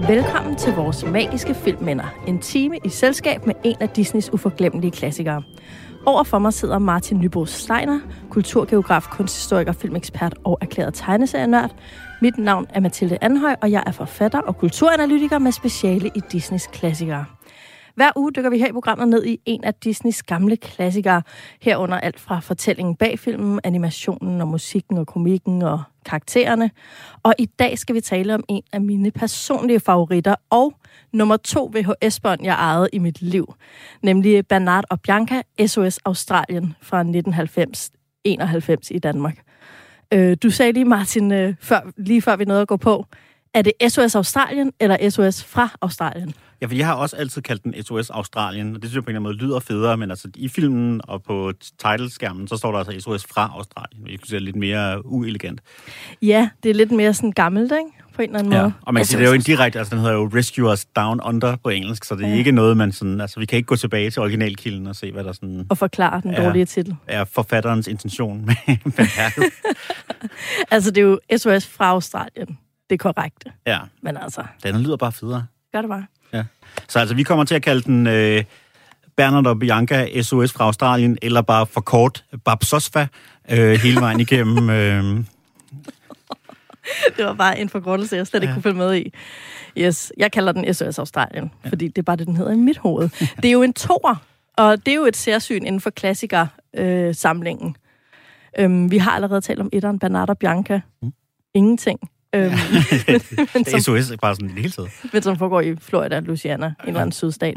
Velkommen til vores magiske filmminder. En time i selskab med en af Disneys uforglemmelige klassikere. Overfor mig sidder Martin Nybo Steiner, kulturgeograf, kunsthistoriker, filmekspert og erklæret tegneserienørd. Mit navn er Mathilde Anhøj, og jeg er forfatter og kulturanalytiker med speciale i Disneys klassikere. Hver uge dykker vi her i programmet ned i en af Disneys gamle klassikere, herunder alt fra fortællingen bag filmen, animationen og musikken og komikken og karaktererne. Og i dag skal vi tale om en af mine personlige favoritter og nummer 2 VHS-bånd, jeg ejede i mit liv. Nemlig Bernard og Bianca, SOS Australien fra 1991 i Danmark. Du sagde lige, Martin, lige før vi nåede at gå på, er det SOS Australien eller SOS fra Australien? Ja, for jeg har også altid kaldt den SOS Australien, og det synes jeg på en eller anden måde lyder federe, men altså i filmen og på titleskærmen, så står der altså SOS fra Australien, hvilket er lidt mere uelegant. Ja, det er lidt mere sådan gammelt, ikke? På en eller anden måde. Og man kan sige, det er jo en direkte, altså den hedder jo Rescue Us Down Under på engelsk, så det er ikke noget, man sådan, altså vi kan ikke gå tilbage til originalkilden og se, hvad der sådan... Og forklare den dårlige titel. Er forfatterens intention med værket. Altså det er jo SOS fra Australien, det er korrekt. Ja. Men altså... Den lyder bare federe. Gør det bare. Ja. Så altså, vi kommer til at kalde den Bernard og Bianca SOS fra Australien, eller bare for kort Babsosfa hele vejen igennem. Det var bare en forkortelse, jeg slet ikke kunne følge med i. Yes, jeg kalder den SOS Australien, fordi det er bare det, den hedder i mit hoved. Det er jo en toer, og det er jo et særsyn inden for klassiker-samlingen. Vi har allerede talt om etteren, Bernard og Bianca. Ingenting. Det er SOS, bare sådan i det hele taget. Men som foregår i Florida, Louisiana, en eller anden sydstat.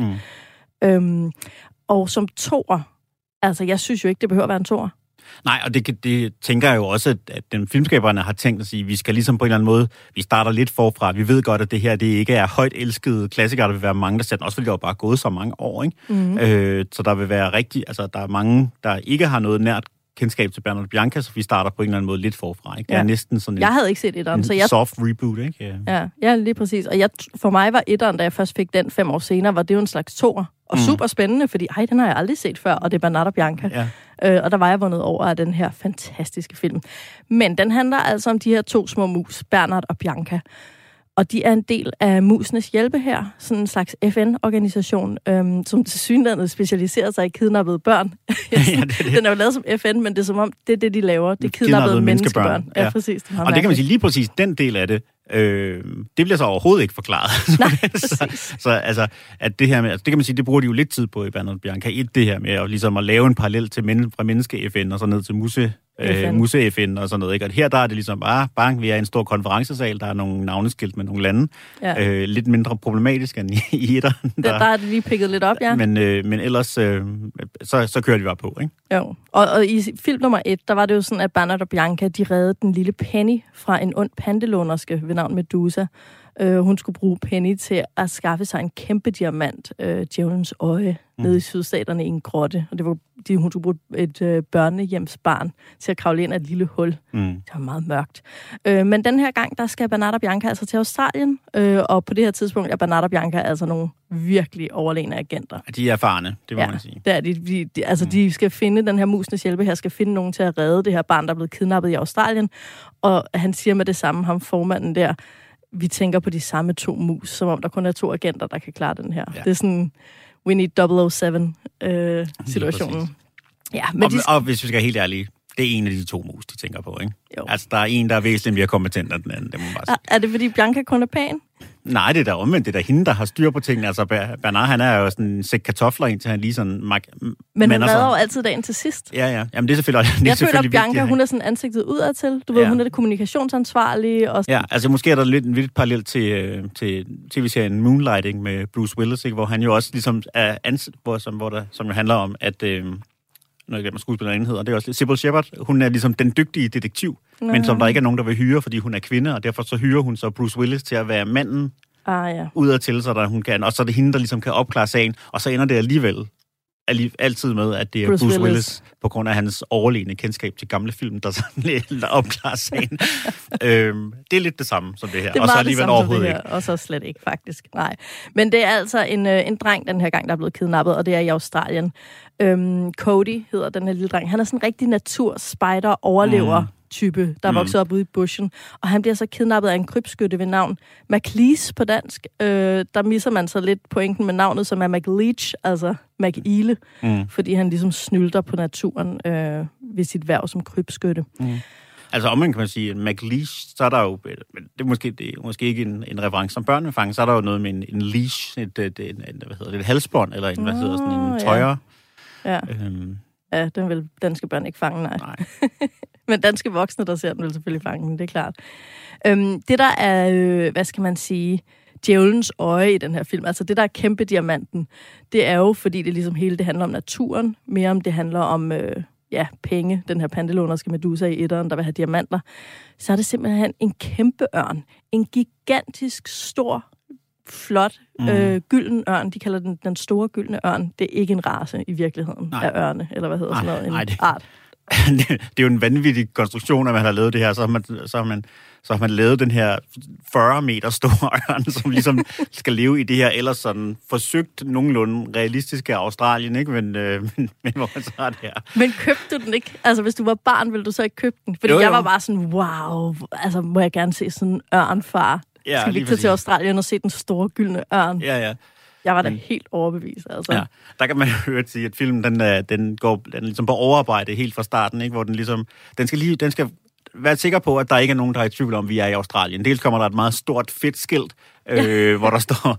Og som toer, altså jeg synes jo ikke, det behøver at være en toer. Nej, og det tænker jeg jo også, at den filmskaberne har tænkt at sige, vi skal ligesom på en eller anden måde, vi starter lidt forfra. Vi ved godt, at det her det ikke er højt elskede klassikere, der vil være mange, der sætter også fordi det jo bare gået så mange år, ikke? Mm-hmm. Så der vil være altså der er mange, der ikke har noget nært kendskab til Bernard og Bianca, så vi starter på en eller anden måde lidt forfra, ikke? Det er næsten sådan jeg havde ikke set etteren, så jeg... soft reboot, ikke? Ja, lige præcis. Og for mig var etteren, da jeg først fik den 5 år senere, var det jo en slags toer. Og super spændende, fordi den har jeg aldrig set før, og det er Bernard og Bianca. Ja. Og der var jeg vundet over af den her fantastiske film. Men den handler altså om de her 2 små mus, Bernard og Bianca. Og de er en del af Musenes Hjælpe her, sådan en slags FN-organisation, som tilsyneladende specialiserer sig i kidnappede børn. Den er jo lavet som FN, men det er som om, det er det, de laver. Det er kidnappede menneskebørn. Ja, præcis. Og det kan man sige lige præcis, den del af det, det bliver så overhovedet ikke forklaret. Nej, så altså, at det her med, altså, det kan man sige, det bruger de jo lidt tid på i Bernard og Bianca. Det her med at, ligesom at lave en parallel til fra menneske-FN og så ned til Muse-FN og sådan noget, ikke? Og her der er det ligesom bare, vi er i en stor konferencesal, der er nogle navneskilt med nogle lande. Ja. Lidt mindre problematisk end i etteren. Der er det lige pikket lidt op, ja. Men ellers, så kører de bare på, ikke? Jo, og i film nummer 1, der var det jo sådan, at Bernard og Bianca, de reddede den lille Penny fra en ond pantelånerske ved navn Medusa. Hun skulle bruge Penny til at skaffe sig en kæmpe diamant, djævelens øje, nede i sydstaterne i en grotte. Og det var, hun skulle bruge et børnehjemsbarn til at kravle ind af et lille hul. Det var meget mørkt. Men den her gang, der skal Bernard og Bianca altså til Australien. Og på det her tidspunkt er Bernard og Bianca altså nogle virkelig overlegne agenter. De er erfarne, det må man sige. Det er de. De skal finde, den her Musenes Hjælpe her, skal finde nogen til at redde det her barn, der er blevet kidnappet i Australien. Og han siger med det samme, ham formanden der, vi tænker på de samme 2 mus, som om der kun er 2 agenter, der kan klare den her. Ja. Det er sådan, we need 007-situationen. Ja, og hvis vi skal være helt ærlige, det er en af de 2 mus, de tænker på, ikke? Jo. Altså, der er en, der er væsentligt mere kompetent end den anden, det må man bare sige. Er det, fordi Bianca kun er pæn? Nej, det er da omvendt. Det er da hende, der har styr på tingene. Altså, Bernard, han er jo sådan en sæk kartofler, indtil han lige sådan... Men hun redder jo altid dagen til sidst. Ja. Jamen, det er selvfølgelig... Jeg føler, at Bianca, hun er sådan ansigtet udadtil. Du ved, hun er det kommunikationsansvarlige. Og... Ja, altså måske er der lidt parallel til tv-serien Moonlighting med Bruce Willis, ikke? Hvor han jo også ligesom er som jo handler om, at... når jeg glemmer skuespilleren hedder, det er også Sybil Shepherd. Hun er ligesom den dygtige detektiv, men som der ikke er nogen, der vil hyre, fordi hun er kvinde, og derfor så hyrer hun så Bruce Willis til at være manden udadtil, så der hun kan, og så er det hende, der ligesom kan opklare sagen, og så ender det alligevel altid med, at det er Bruce Willis på grund af hans overlegne kendskab til gamle film, der sådan opklarer sagen. Det er lidt det samme som det her, og så alligevel overhovedet ikke. Og så slet ikke, faktisk. Nej. Men det er altså en dreng den her gang, der er blevet kidnappet, og det er i Australien. Cody hedder den her lille dreng. Han er sådan en rigtig naturspider, overlever type, der er vokset op ude i bushen. Og han bliver så kidnappet af en krybskytte ved navn McLeese på dansk. Der misser man så lidt pointen med navnet, som er McLeach, altså McIle, fordi han ligesom snylter på naturen ved sit hverv som krybskytte. Altså omvendt kan man sige, at McLeash, så er der jo, det er måske ikke en reference som børn vil fange, så er der jo noget med en leash, et halsbånd, eller en tøjer. Ja. Ja, den vil danske børn ikke fange, nej. Men danske voksne, der ser den, vil selvfølgelig fange den, det er klart. Det der er, hvad skal man sige, djævelens øje i den her film, altså det der er kæmpe diamanten, det er jo, fordi det ligesom hele, det handler om naturen, mere om det handler om, penge, den her pantelånerske Medusa i etteren, der vil have diamanter, så er det simpelthen en kæmpe ørn. En gigantisk, stor, flot, gylden ørn. De kalder den store gyldne ørn. Det er ikke en race i virkeligheden af ørne, eller hvad hedder sådan noget, en art. Det er jo en vanvittig konstruktion, at man har lavet det her. Så har man lavet den her 40 meter store ørn, som ligesom skal leve i det her ellers sådan forsøgt nogenlunde realistiske Australien, ikke? Men hvor man så har det her. Men købte du den ikke? Altså, hvis du var barn, ville du så ikke købe den? Fordi jeg var bare sådan, wow, altså må jeg gerne se sådan en ørnfar. Ja, skal vi ikke tage til Australien og se den store gyldne ørn? Ja. Jeg var da helt overbevist, altså. Ja, der kan man høre at sige, at filmen, den er ligesom på overarbejde helt fra starten, ikke? Hvor den ligesom, den skal være sikker på, at der ikke er nogen, der er i tvivl om, at vi er i Australien. Dels kommer der et meget stort fedt skilt, hvor der står,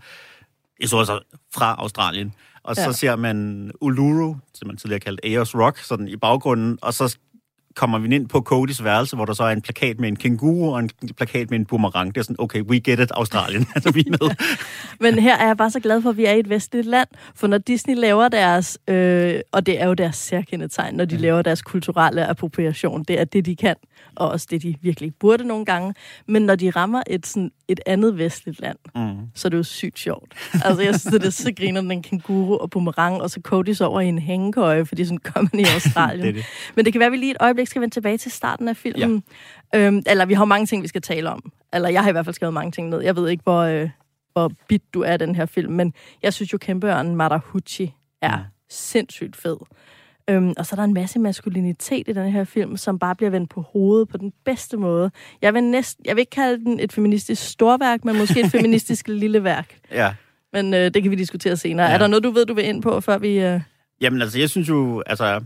fra Australien. Og så ser man Uluru, som man tidligere kaldte Ayers Rock, sådan i baggrunden, og så kommer vi ind på Codys værelse, hvor der så er en plakat med en kænguru og en plakat med en boomerang. Det er sådan, okay, we get it, Australien. Altså, vi er med. Men her er jeg bare så glad for, at vi er i et vestligt land, for når Disney laver deres, og det er jo deres særkendetegn, når de laver deres kulturelle appropriation, det er det, de kan, og også det, de virkelig burde nogle gange. Men når de rammer et andet vestligt land, så er det jo sygt sjovt. Altså, jeg synes, det er så griner den kænguru og boomerang, og så Cody sover i en hængekøje, fordi sådan kommer man i Australien. det. Men det kan være, vi lige et øjeblik skal vende tilbage til starten af filmen. Ja. Eller vi har mange ting, vi skal tale om. Eller jeg har i hvert fald skrevet mange ting ned. Jeg ved ikke, hvor bit du er af den her film, men jeg synes jo, kæmpeørnen Marahuchi er sindssygt fed. Og så er der en masse maskulinitet i den her film, som bare bliver vendt på hovedet på den bedste måde. Jeg vil ikke kalde den et feministisk storværk, men måske et feministisk lille værk. Ja. Men det kan vi diskutere senere. Ja. Er der noget, du vil ind på, før vi... Jamen altså, jeg synes jo... Altså,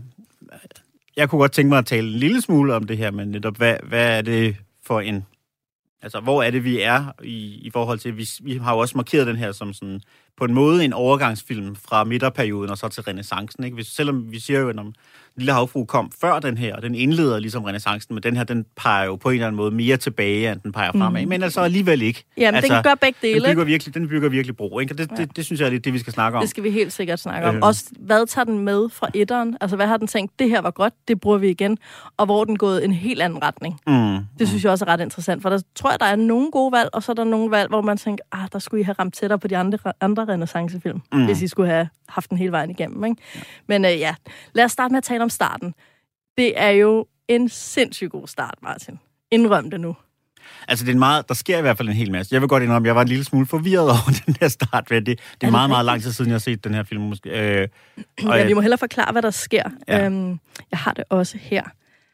jeg kunne godt tænke mig at tale en lille smule om det her, men netop, hvad er det for en... Altså, hvor er det, vi er i forhold til... Vi har jo også markeret den her som sådan... På en måde en overgangsfilm fra midterperioden og så til renæssancen, ikke? Selvom vi siger jo, at Lille Havfrue kom før den her, og den indleder ligesom renæssancen, men den her, den peger jo på en eller anden måde mere tilbage, end den peger fremad. Men altså alligevel ikke. Jamen, altså, den gør begge dele. Den bygger virkelig bro, ikke? Det synes jeg er det, vi skal snakke om. Det skal vi helt sikkert snakke om. Også, hvad tager den med fra etteren? Altså, hvad har den tænkt, det her var godt, det bruger vi igen. Og hvor er den gået en helt anden retning. Det synes jeg også er ret interessant, for der tror jeg, der er nogle gode valg, og så er der nogle valg, hvor man tænker, der skulle I have ramt tættere på de andre renæssancefilm, hvis I skulle have haft den hele vejen igennem, ikke? Ja. Men lad os starte med at tale om starten. Det er jo en sindssygt god start, Martin. Indrøm det nu. Altså, det er der sker i hvert fald en hel masse. Jeg vil godt indrømme, jeg var en lille smule forvirret over den her start. Det er meget, meget lang tid siden, jeg har set den her film. Måske. Vi må hellere forklare, hvad der sker. Ja. Jeg har det også her.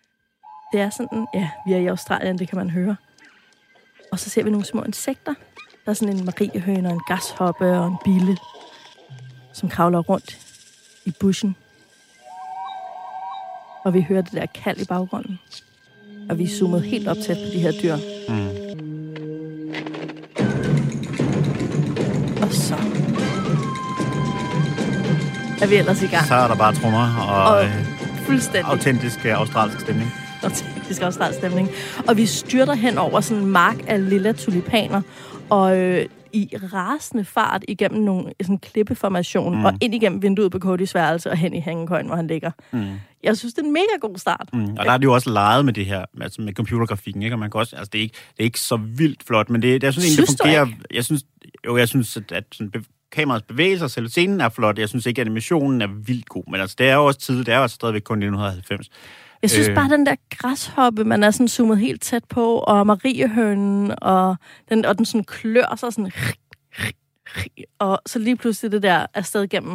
Det er sådan, vi er i Australien, det kan man høre. Og så ser vi nogle små insekter. Der er sådan en mariehøne og en græshoppe og en bille, som kravler rundt i bushen. Og vi hører det der kald i baggrunden. Og vi er zoomet helt op tæt på de her dyr. Og så er vi ellers i gang. Så er der bare trommer og fuldstændig autentisk australsk stemning. Autentisk australsk stemning. Og vi styrter hen over sådan en mark af lilla tulipaner. Og i rasende fart igennem sådan en klippeformation, og ind igennem vinduet på Codys værelse, og hen i hængekøjen, hvor han ligger. Jeg synes, det er en mega god start. Og der er de jo også leget med det her, altså med computergrafikken, ikke? Og man kan også, altså det er ikke så vildt flot, men det er sådan en, det fungerer. Jeg synes, at sådan kamerets bevægelser, selv scenen er flot. Jeg synes ikke, at animationen er vildt god, men altså det er jo også tidligt, det er jo altså stadigvæk kun 1990. Jeg synes bare, den der græshoppe, man er sådan zoomet helt tæt på, og mariehønen, og den sådan klør sig sådan, og så lige pludselig det der afsted gennem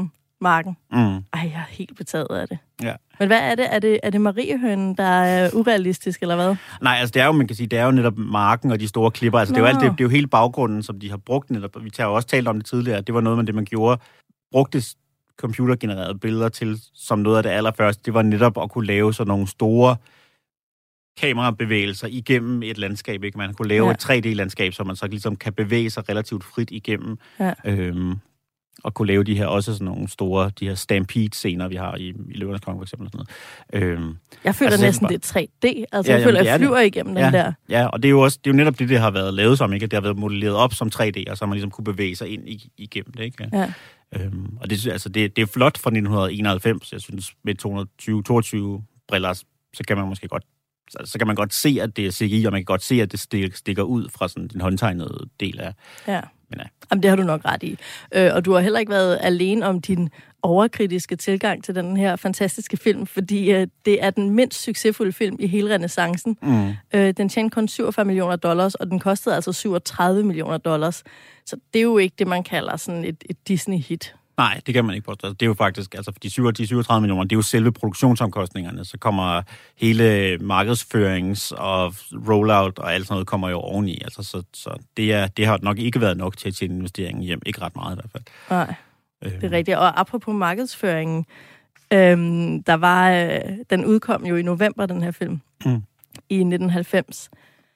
Marken. Ej, jeg er helt betaget af det. Ja. Men hvad er det? Er det Mariehønen, der er urealistisk, eller hvad? Nej, altså det er jo, man kan sige, det er jo netop marken og de store klipper. Altså det er jo alt det er jo hele baggrunden, som de har brugt netop. Vi har jo også talt om det tidligere. Det var noget med det, man gjorde. Brugte computergenererede billeder til, som noget af det allerførste. Det var netop at kunne lave sådan nogle store kamerabevægelser igennem et landskab. Ikke? Man kunne lave et 3D-landskab, så man så ligesom kan bevæge sig relativt frit igennem. Ja. Og kunne lave de her også sådan nogle store, de her stampede-scener, vi har i Løvernes Konge for eksempel. Sådan noget. Jeg føler altså, næsten, det er 3D. Altså, jeg føler, jeg flyver igennem den der. Ja, og det er jo netop det har været lavet som, ikke? Det har været modelleret op som 3D, og så man ligesom kunne bevæge sig ind igennem det, ikke? Ja. Og det er flot fra 1991. Jeg synes, med 222 briller, så kan man måske godt se, at det er CGI, og man kan godt se, at det stikker ud fra sådan den håndtegnede del af. Ja. Jamen, det har du nok ret i. Og du har heller ikke været alene om din overkritiske tilgang til den her fantastiske film, fordi det er den mindst succesfulde film i hele renæssancen. Den tjente kun $47 millioner, og den kostede altså $37 millioner. Så det er jo ikke det, man kalder sådan et Disney-hit. Nej, det kan man ikke påstå. Det er jo faktisk, altså de 37 millioner, det er jo selve produktionsomkostningerne. Så kommer hele markedsførings- og rollout og alt sådan noget kommer jo oveni. Altså, så det har nok ikke været nok til at tjene investeringen hjem. Ikke ret meget i hvert fald. Nej, det er rigtigt. Og apropos markedsføringen, den udkom jo i november, den her film, i 1990.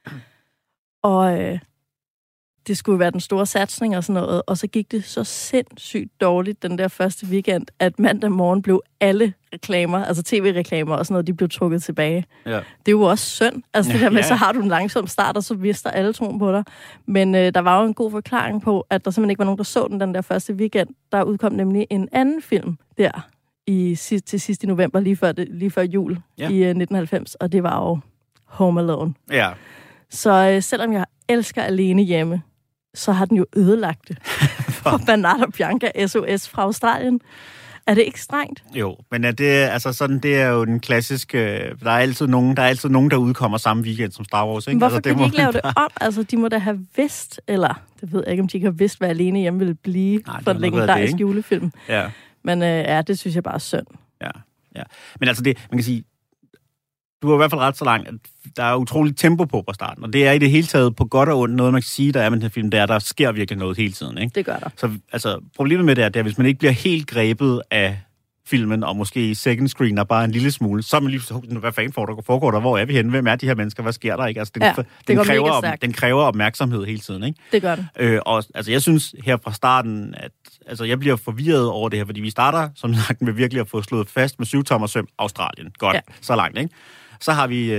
Og det skulle være den store satsning og sådan noget, og så gik det så sindssygt dårligt den der første weekend, at mandag morgen blev alle reklamer, altså tv-reklamer og sådan noget, de blev trukket tilbage. Ja. Det er jo også synd. Altså det der med, så har du en langsom start, og så mister alle troen på dig. Men der var jo en god forklaring på, at der simpelthen ikke var nogen, der så den der første weekend. Der udkom nemlig en anden film der til sidst i november, lige før jul i 1990, og det var jo Home Alone. Ja. Så selvom jeg elsker Alene Hjemme, så har den jo ødelagt det for Bernard og Bianca SOS fra Australien. Er det ikke strengt? Jo, men er det, altså sådan, det er jo den klassiske... Der er altid nogen, der udkommer samme weekend som Star Wars, ikke? Hvorfor altså, kan de ikke lave det om? Altså, de må da have vidst, eller det ved jeg ikke, om de ikke har vidst, hvad Alene Hjemme ville blive for en legendarisk julefilm. Ja. Men det synes jeg bare er synd. Ja. Men altså, man kan sige... Du har i hvert fald ret så langt, at der er utroligt tempo på starten, og det er i det hele taget på godt og ondt noget, man kan sige, der er med den her film, der sker virkelig noget hele tiden, ikke? Det gør der. Så altså, problemet med det er, at hvis man ikke bliver helt grebet af filmen, og måske second screen er bare en lille smule, så er man lige så, hvad fanden foregår der? Hvor er vi henne? Hvem er de her mennesker? Hvad sker der, ikke? Altså, den kræver opmærksomhed hele tiden, ikke? Det gør den. Og altså, jeg synes her fra starten, at altså, jeg bliver forvirret over det her, fordi vi starter, som sagt, med virkelig at få slået fast med 7-tommer søm Australien. Godt, så langt, ikke? Så har vi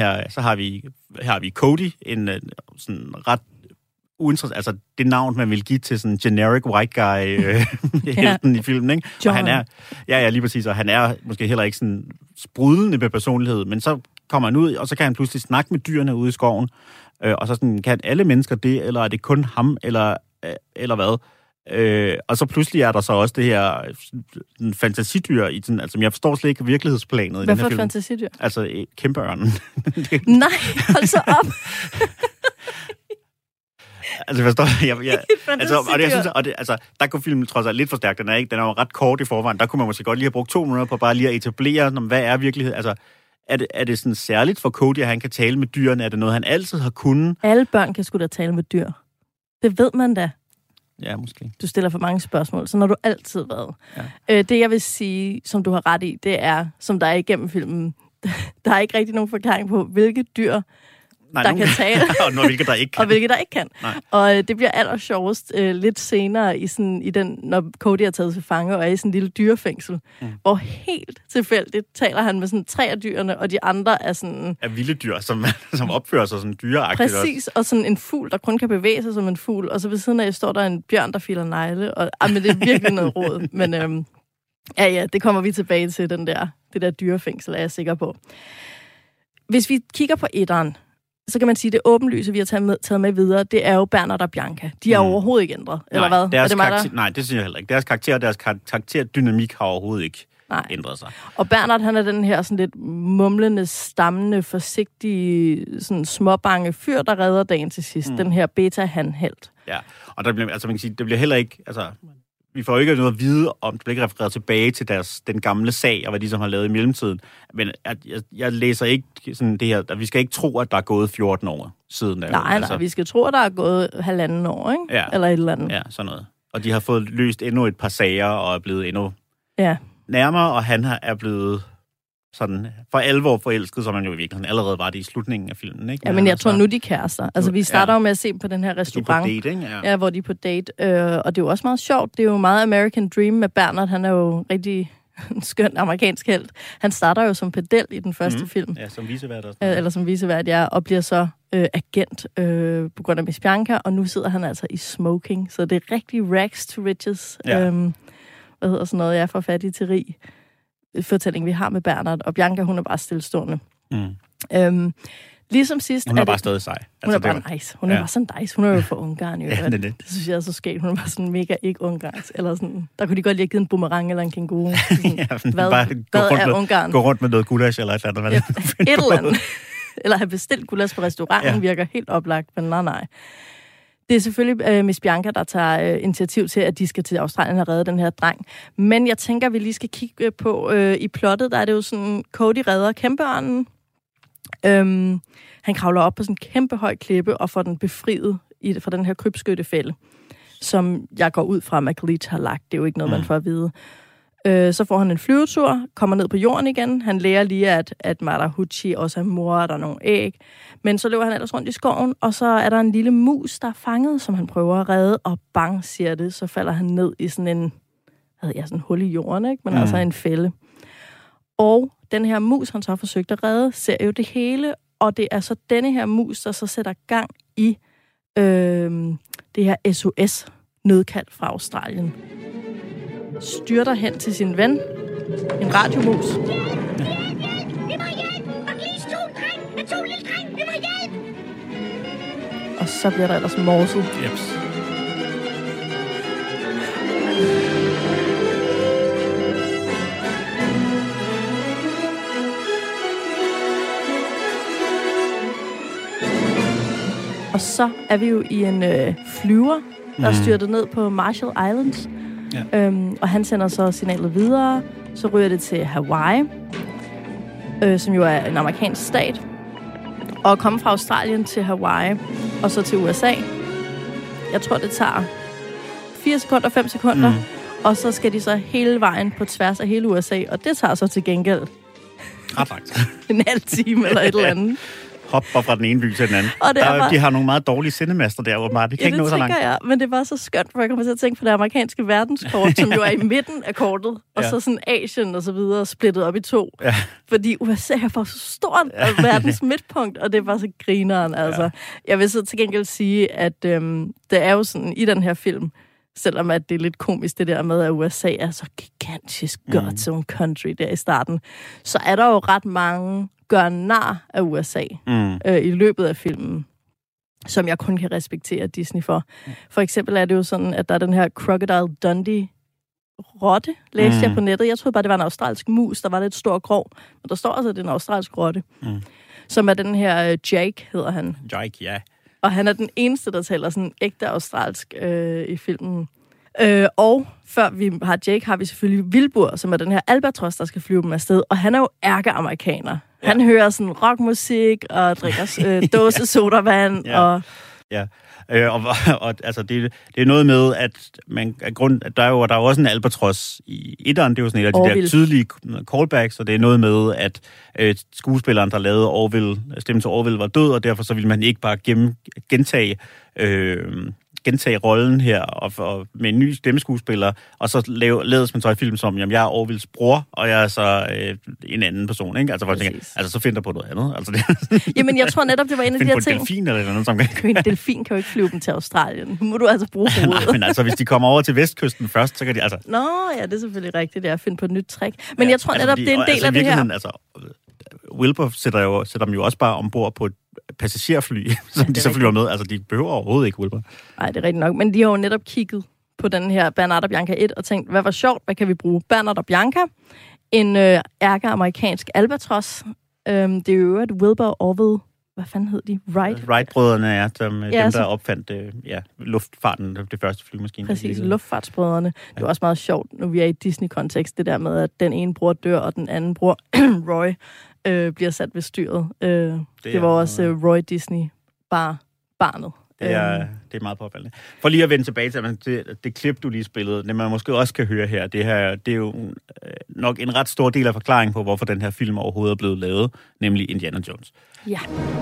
her har vi Cody, en sådan ret uinteressant, altså det navn, man vil give til sådan generic white guy helten i filmen, ikke? John. Og han er, lige præcis, og han er måske heller ikke sådan sprudlende med personlighed, men så kommer han ud, og så kan han pludselig snakke med dyrene ude i skoven, og så sådan, kan alle mennesker det, eller er det kun ham, eller hvad? Og så pludselig er der så også det her fantasidyr i den, altså jeg forstår slet ikke virkelighedsplanet i den her film. Hvad for fantasidyr? Altså kæmpeørnen. Nej, hold så op. Altså forstår jeg der kunne filmen trods alt lidt for stærk. Den er jo ret kort i forvejen. Der kunne man måske godt lige have brugt 2 minutter på bare lige at etablere, hvad er virkelighed. Altså er det sådan særligt for Cody, at han kan tale med dyrene? Er det noget, han altid har kunnet? Alle børn kan sgu da tale med dyr. Det ved man da. Ja, måske. Du stiller for mange spørgsmål, så når du altid været. Ja. Det, jeg vil sige, som du har ret i, det er, som der er igennem filmen, der er ikke rigtig nogen forklaring på, hvilke dyr, der kan tale, og hvilke der ikke kan. Og hvilke der ikke kan. Nej. Og det bliver allersjovest lidt senere, når Cody er taget til fange og er i sådan en lille dyrefængsel, hvor helt tilfældigt taler han med sådan 3 af dyrene, og de andre er sådan... Er vilde dyr, som opfører sig sådan dyreagtigt. Præcis, og sådan en fugl, der kun kan bevæge sig som en fugl, og så ved siden af står der en bjørn, der filer negle, og men det er virkelig noget råd. Men det kommer vi tilbage til, det der dyrefængsel, er jeg sikker på. Hvis vi kigger på etteren, så kan man sige, at det åbenlyse, vi har taget med videre, det er jo Bernard og Bianca. De er overhovedet ikke ændret, eller hvad? Nej, det synes jeg heller ikke. Deres karakterdynamik har overhovedet ikke ændret sig. Og Bernard, han er den her sådan lidt mumlende, stammende, forsigtige, sådan småbange fyr, der redder dagen til sidst. Den her beta-han-helt. Ja, og der bliver, altså man kan sige, det bliver heller ikke, altså vi får jo ikke noget at vide om, det bliver ikke refereret tilbage til den gamle sag, og hvad de som har lavet i mellemtiden. Men jeg læser ikke sådan det her, at vi skal ikke tro, at der er gået 14 år siden. Nej, vi skal tro, at der er gået 1,5 år, ikke? Ja. Eller et eller andet. Ja, sådan noget. Og de har fået løst endnu et par sager, og er blevet endnu nærmere, og han er blevet sådan for alvor forelsket, som han jo i virkeligheden allerede var det i slutningen af filmen, ikke? Ja, men jeg tror nu, de kærester. Altså, vi starter jo med at se på den her restaurant. De er på date, ikke? Ja, hvor de er på date. Og det er jo også meget sjovt. Det er jo meget American Dream med Bernard. Han er jo rigtig skøn amerikansk helt. Han starter jo som pedel i den første film. Ja, som vicevært. Eller som vicevært, ja. Og bliver så agent på grund af Miss Bianca. Og nu sidder han altså i smoking. Så det er rigtig rags to riches. Ja. Hvad hedder sådan noget? Jeg får fattig til rig. Fortælling, vi har med Bernard. Og Bianca, hun er bare stillestående. Ligesom sidst... Hun er bare stadig sej. Hun er bare nice. Hun er bare sådan nice. Hun er jo fra Ungarn, jo. Ja, det synes jeg er så skægt. Hun er bare sådan mega ikke ungarsk. Eller sådan, der kunne de godt lige have givet en boomerang eller en kænguru. Hvad er Ungarn? Gå rundt med noget gulasch eller et eller andet. Et eller andet. Eller have bestilt gulasch på restauranten virker helt oplagt, men nej. Det er selvfølgelig Miss Bianca, der tager initiativ til, at de skal til Australien og redde den her dreng. Men jeg tænker, at vi lige skal kigge på i plottet. Der er det jo sådan, Cody redder kæmpeørnen. Han kravler op på sådan en kæmpe høj klippe og får den befriet fra den her krybskyttefælde, som jeg går ud fra, at McLeach har lagt. Det er jo ikke noget, man får at vide. Så får han en flyvetur, kommer ned på jorden igen. Han lærer lige, at Marahuchi også er mor, og der er nogle æg. Men så løber han ellers rundt i skoven, og så er der en lille mus, der er fanget, som han prøver at redde, og bang, siger det, så falder han ned i sådan en hul i jorden, ikke? Men altså en fælde. Og den her mus, han så har forsøgt at redde, ser jo det hele, og det er så denne her mus, der så sætter gang i det her SOS-nødkald fra Australien. Styrter hen til sin ven, en radiomus. Vi må hjælp! McLeach tog en dreng! Han tog en lille dreng! Vi må hjælp! Og så bliver der ellers morset. Jeps. Og så er vi jo i en flyver, der er styrtet ned på Marshall Islands. Ja. Og han sender så signalet videre. Så ryger det til Hawaii, som jo er en amerikansk stat. Og at komme fra Australien til Hawaii, og så til USA. Jeg tror, det tager 4 sekunder, 5 sekunder. Og så skal de så hele vejen på tværs af hele USA. Og det tager så til gengæld ret langt. en halv time eller et eller andet. Hopper fra den ene by til den anden. Og de har nogle meget dårlige sendemaster der, hvor det kan ikke nå så langt. Ja, men det var så skønt, for jeg kommer til at tænke på det amerikanske verdenskort, som jo er i midten af kortet, og så sådan Asien og så videre splittet op i 2. Ja. Fordi USA er for så stort verdens midtpunkt, og det var så grineren. Altså. Ja. Jeg vil så til gengæld sige, at det er jo sådan i den her film, selvom at det er lidt komisk det der med, at USA er så gigantisk godt som country der i starten, så er der jo ret mange gør nar af USA i løbet af filmen, som jeg kun kan respektere Disney for. For eksempel er det jo sådan, at der er den her Crocodile Dundee-rotte, læste jeg på nettet. Jeg troede bare, det var en australsk mus, der var lidt stor grov. Men der står altså, at det er en australsk rotte. Som er den her Jake, hedder han. Jake, ja. Og han er den eneste, der taler sådan ægte australsk i filmen. Og før vi har Jake, har vi selvfølgelig Wilbur, som er den her albatros, der skal flyve dem afsted. Og han er jo ærke-amerikaner. Ja. Han hører sådan rockmusik og drikker dåse sodavand. Ja. Og og altså det er noget med, at der er jo også en albatros i etteren. Det er jo sådan et af de der tydelige callbacks, og det er noget med, at skuespilleren, der lavede stemmen til Orville, var død, og derfor så ville man ikke bare gentage rollen her og med en ny stemmeskuespiller, og så lades man så i film som, jamen, jeg er Orvilles bror, og jeg er så en anden person, ikke? Altså, hvor jeg tænker, så finder på noget andet. Altså, det jamen, jeg tror netop, det var en af de her ting. Find på en delfin eller noget, som kan... En delfin kan jo ikke flyve dem til Australien. Nu må du altså bruge hovedet. Nej, men altså, hvis de kommer over til vestkysten først, så kan de altså... Nå, ja, det er selvfølgelig rigtigt, det er at finde på et nyt trick. Men jeg tror netop, det er en del af det her. Altså, Wilbur sætter dem jo også bare ombord på et passagerfly, som de så flyver med. Altså, de behøver overhovedet ikke Wilbur. Nej, det er rigtigt nok. Men de har jo netop kigget på den her Bernard og Bianca 1 og tænkt, hvad var sjovt, hvad kan vi bruge? Bernard og Bianca, en ærke-amerikansk albatros. Det er jo et Wilbur Orville hvad fanden hed de? Wright? Wright-brødrene er dem, der opfandt luftfarten, det første flymaskine. Præcis, luftfartsbrødrene. Det er også meget sjovt, når vi er i Disney-kontekst, det der med, at den ene bror dør, og den anden bror, Roy, bliver sat ved styret. Det var også Roy Disney, bare barnet. Det er meget påfaldende. For lige at vende tilbage til det klip, du lige spillede, det man måske også kan høre her, det er jo nok en ret stor del af forklaringen på, hvorfor den her film overhovedet er blevet lavet, nemlig Indiana Jones. Ja.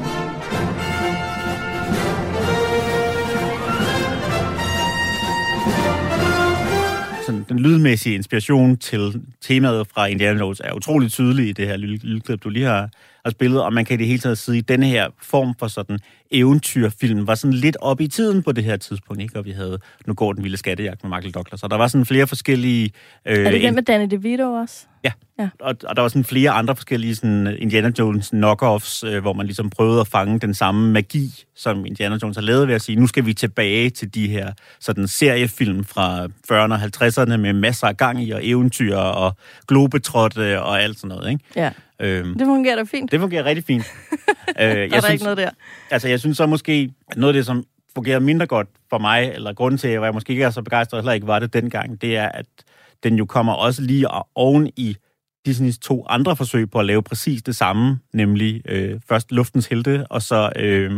Sådan, den lydmæssige inspiration til temaet fra Indiana Jones er utroligt tydelig i det her lydklip, du lige har spillet, og man kan i det hele taget sige, at denne her form for sådan eventyrfilm var sådan lidt op i tiden på det her tidspunkt, ikke? Og vi havde Nu går den vilde skattejagt med Michael Douglas, og der var sådan flere forskellige... er det den med Danny DeVito også? Ja. Og der var sådan flere andre forskellige sådan Indiana Jones knockoffs, hvor man ligesom prøvede at fange den samme magi, som Indiana Jones har lavet ved at sige, nu skal vi tilbage til de her sådan seriefilm fra 40'erne og 50'erne med masser af gang i, og eventyr og globetrotte og alt sådan noget, ikke? Ja. Det fungerer da fint. Det fungerer rigtig fint. Der er ikke noget der. Altså, jeg synes så måske, at noget af det, som fungerer mindre godt for mig, eller grunden til, at jeg måske ikke er så begejstret, heller ikke var det dengang, det er, at den jo kommer også lige oven i Disneys 2 andre forsøg på at lave præcis det samme, nemlig først Luftens Helte, og så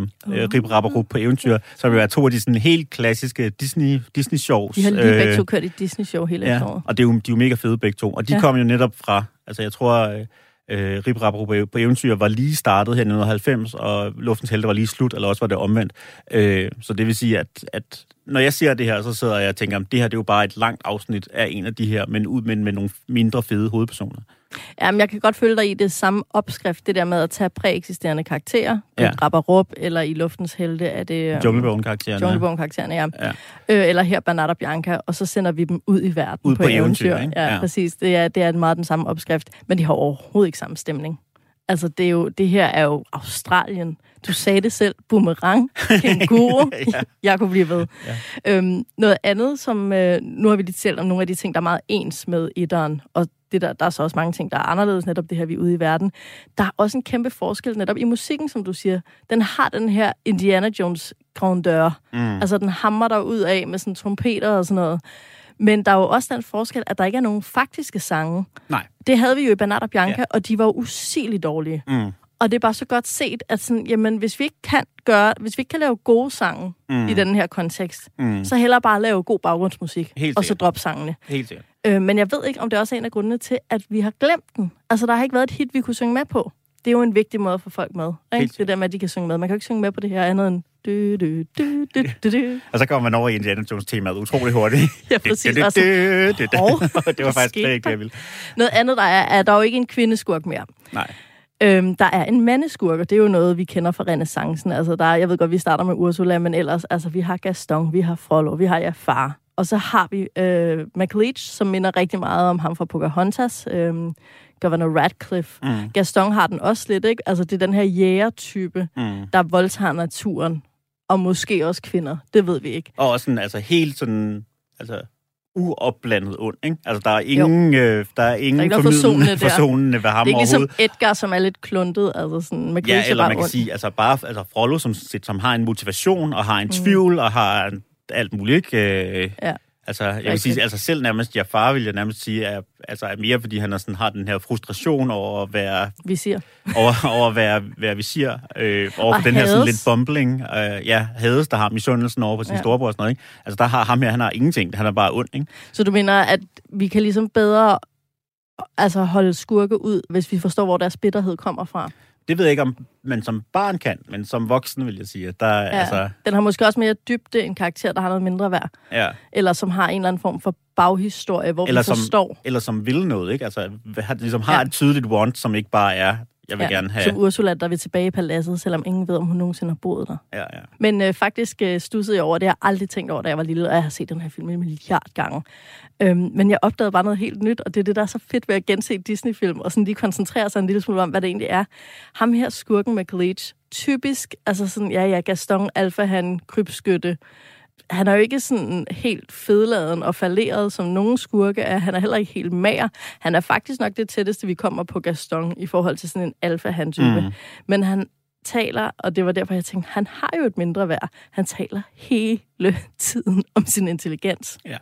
Rip Rap og Rup på eventyr, som jo er 2 af de sådan helt klassiske Disney-shows. De har lige begge 2 kørt i Disney-show hele efteråret. Og de er jo mega fede begge 2, og de kom jo netop fra, altså jeg tror... Rip Rap og Rup på eventyr var lige startet her i 1990, og Luftens Helte var lige slut, eller også var det omvendt. Så det vil sige, at når jeg ser det her, så sidder jeg og tænker, det her det er jo bare et langt afsnit af en af de her, men med nogle mindre fede hovedpersoner. Jamen, jeg kan godt følge dig i det samme opskrift, det der med at tage præeksisterende karakterer. Rip Rap og Rup, eller i Luftens Helte er det... Junglebogen-karaktererne, ja. Eller her Bernard og Bianca, og så sender vi dem ud i verden ud på eventyr. Ja, præcis. Det er meget den samme opskrift, men de har overhovedet ikke samme stemning. Altså, det her er jo Australien. Du sagde det selv. Boomerang, kænguru. Jeg kunne blive ved. Ja. Noget andet, som... nu har vi lige talt om nogle af de ting, der er meget ens med etteren, og der er så også mange ting, der er anderledes, netop det her, vi er ude i verden. Der er også en kæmpe forskel netop i musikken, som du siger. Den har den her Indiana Jones grandeur. Altså, den hammer der ud af med sådan trompeter og sådan noget. Men der er jo også den forskel, at der ikke er nogen faktiske sange. Nej. Det havde vi jo i Bernard og Bianca, og de var jo usigeligt dårlige. Og det er bare så godt set, at sådan, jamen, hvis vi ikke kan lave gode sange i den her kontekst, så hellere bare lave god baggrundsmusik, og så drop sangene. Helt sikkert. Men jeg ved ikke, om det også er en af grundene til, at vi har glemt den. Altså, der har ikke været et hit, vi kunne synge med på. Det er jo en vigtig måde for folk med. Ikke? Det der med, at de kan synge med. Man kan jo ikke synge med på det her andet end... Og så kommer man over i Indiana Jones-temaet utrolig hurtigt. Ja, præcis. Det var faktisk ikke det, jeg ville. Noget andet, der er der er jo ikke en kvindeskurk mere. Nej. Der er en mandeskurk, og det er jo noget, vi kender fra renæssancen. Altså, jeg ved godt, vi starter med Ursula, men ellers, altså, vi har Gaston, vi har Frollo, vi har Jafar. Og så har vi McLeach, som minder rigtig meget om ham fra Pocahontas, Governor Radcliffe. Gaston har den også lidt, ikke? Altså, det er den her jægertype, der voldtager naturen, og måske også kvinder. Det ved vi ikke. Og også sådan, altså, helt sådan... Altså uopblandet ond, ikke? Altså, der er ingen forsonende ved ham overhovedet. Det er ikke ligesom Edgar, som er lidt kluntet, altså sådan... Eller man kan sige, altså bare Frollo, som har en motivation, og har en tvivl, og har alt muligt, ikke? Altså, jeg vil sige, altså selv nærmest Jafar vil jeg nærmest sige, er mere, fordi han har den her frustration over at være... Visir. over at være visir. Over for den her sådan lidt bumbling. Hades, der har misundelsen over på sin storebror og sådan noget, ikke? Altså, der har ham her, han har ingenting. Han er bare ond, ikke? Så du mener, at vi kan ligesom bedre holde skurke ud, hvis vi forstår, hvor deres bitterhed kommer fra? Det ved jeg ikke, om man som barn kan, men som voksen vil jeg sige. Den har måske også mere dybde en karakter, der har noget mindre værd. Ja. Eller som har en eller anden form for baghistorie, hvor vi forstår. Eller som vil noget, ikke? Altså, ligesom har et tydeligt want, som ikke bare er, jeg vil gerne have... Som Ursula, der vil tilbage i paladset, selvom ingen ved, om hun nogensinde har boet der. Ja. Men faktisk studsede jeg over, det har jeg aldrig tænkt over, da jeg var lille, og jeg har set den her film 1 milliard gange. Men jeg opdagede bare noget helt nyt, og det er det, der er så fedt ved at gense Disney-film, og sådan lige koncentrere sig en lille smule om, hvad det egentlig er. Ham her, skurken McLeach, typisk, altså sådan, Gaston, alfahan, krybskytte. Han er jo ikke sådan helt fedladen og falderet, som nogle skurke er. Han er heller ikke helt mager. Han er faktisk nok det tætteste, vi kommer på Gaston, i forhold til sådan en alfahan-type. Men han taler, og det var derfor, jeg tænkte, han har jo et mindre værd. Han taler hele tiden om sin intelligens. Ja.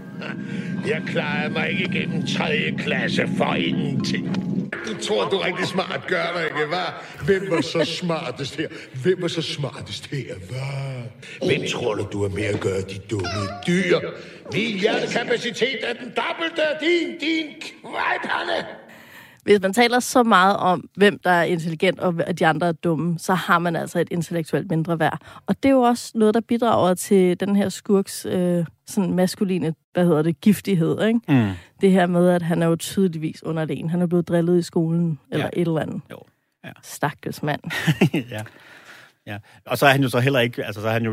Jeg klarede mig ikke igennem 3. klasse for ingenting. Du tror, du er rigtig smart, gør du ikke, hva'? Hvem var så smartest her? Hvem var så smartest her, hva'? Hvem tror du er med at gøre de dumme dyr? Min hjernekapacitet er den dobbelte af din kvejpande! Hvis man taler så meget om, hvem der er intelligent, og de andre er dumme, så har man altså et intellektuelt mindre værd. Og det er jo også noget, der bidrager til den her skurks sådan maskuline, giftighed, ikke? Mm. Det her med, at han er jo tydeligvis underlegen. Han er blevet drillet i skolen, eller et eller andet. Jo. Ja. Stakkels mand. Ja. Ja, og så er han jo så heller ikke,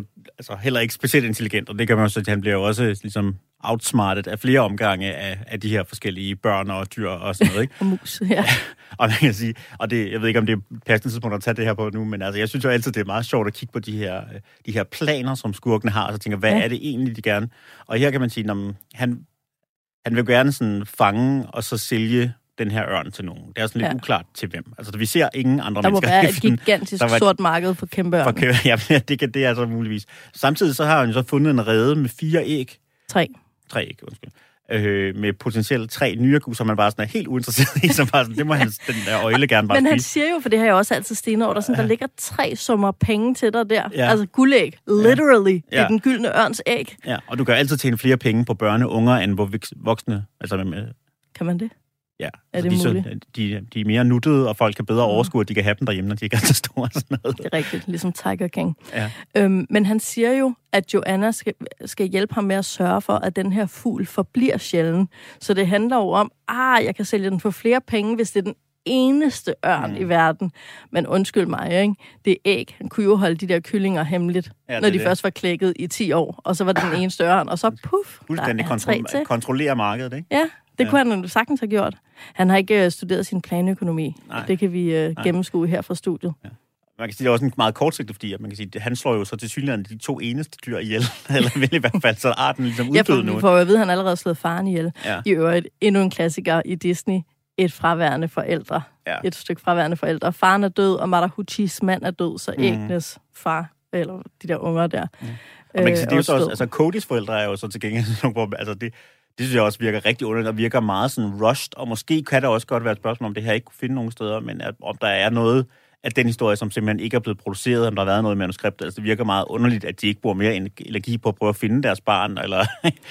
heller ikke specielt intelligent, og det kan man jo så, at han bliver jo også ligesom outsmartet af flere omgange af de her forskellige børn og dyr og sådan noget, ikke? Og mus, ja. Og man kan sige, og det, jeg ved ikke, om det er passende tidspunkt at tage det her på nu, men altså, jeg synes jo altid, det er meget sjovt at kigge på de her planer, som skurkene har, og så tænker, hvad er det egentlig, de gerne? Og her kan man sige, han vil gerne sådan fange og så sælge den her ørn til nogen. Det er sådan lidt uklart til hvem. Altså, vi ser ingen andre mennesker. Der må være et gigantisk sort marked for kæmpe ørn. Ja, det er altså muligvis. Samtidig så har han jo så fundet en rede med 4 æg. 3 æg, undskyld. Med potentielt 3 nyregus, som man bare sådan er helt uinteresseret i, så bare sådan, det må den der øjle gerne bare Men spise. Han siger jo, for det har jeg også altid stenet over, der ligger 3 summer penge til dig der. Ja. Altså guldæg, literally, i den gyldne ørns æg. Ja, og du kan altid tjene flere penge på børneunger, end på voksne. Altså med. Kan man det? Ja, er det muligt? De er mere nuttede, og folk kan bedre overskue, at de kan have dem derhjemme, når de ikke er så store og sådan noget. Det er rigtigt, ligesom Tiger King. Ja. Men han siger jo, at Joanna skal hjælpe ham med at sørge for, at den her fugl forbliver sjælden. Så det handler jo om, jeg kan sælge den for flere penge, hvis det er den eneste ørn i verden. Men undskyld mig, ikke? Det er æg. Han kunne jo holde de der kyllinger hemmeligt, når de først var klækket i 10 år. Og så var det den eneste ørn, og så puff, fuldstændig kontrollere markedet, ikke? Ja. Det kunne han jo sagtens have gjort. Han har ikke studeret sin planøkonomi. Det kan vi gennemskue her fra studiet. Ja. Man kan sige, det er også en meget kortsigtet, fordi man kan sige, han slår jo så til synligheden de 2 eneste dyr ihjel. Eller vel i hvert fald, så arten ligesom uddød nu. Ja, for at vide, at han allerede har slået faren ihjel. Ja. I øvrigt, endnu en klassiker i Disney. Et fraværende forældre. Ja. Et stykke fraværende forældre. Faren er død, og Marahuchis mand er død, så ægnes far, eller de der unger der. Og man kan sige, det er jo så også, altså Codys forældre er jo så til gengæld, hvor, altså det synes jeg også virker rigtig underligt, og virker meget sådan rushed, og måske kan der også godt være et spørgsmål, om det her ikke kunne finde nogen steder, men om der er noget af den historie, som simpelthen ikke er blevet produceret, om der har været noget i manuskriptet. Altså det virker meget underligt, at de ikke bruger mere energi på at prøve at finde deres barn, eller...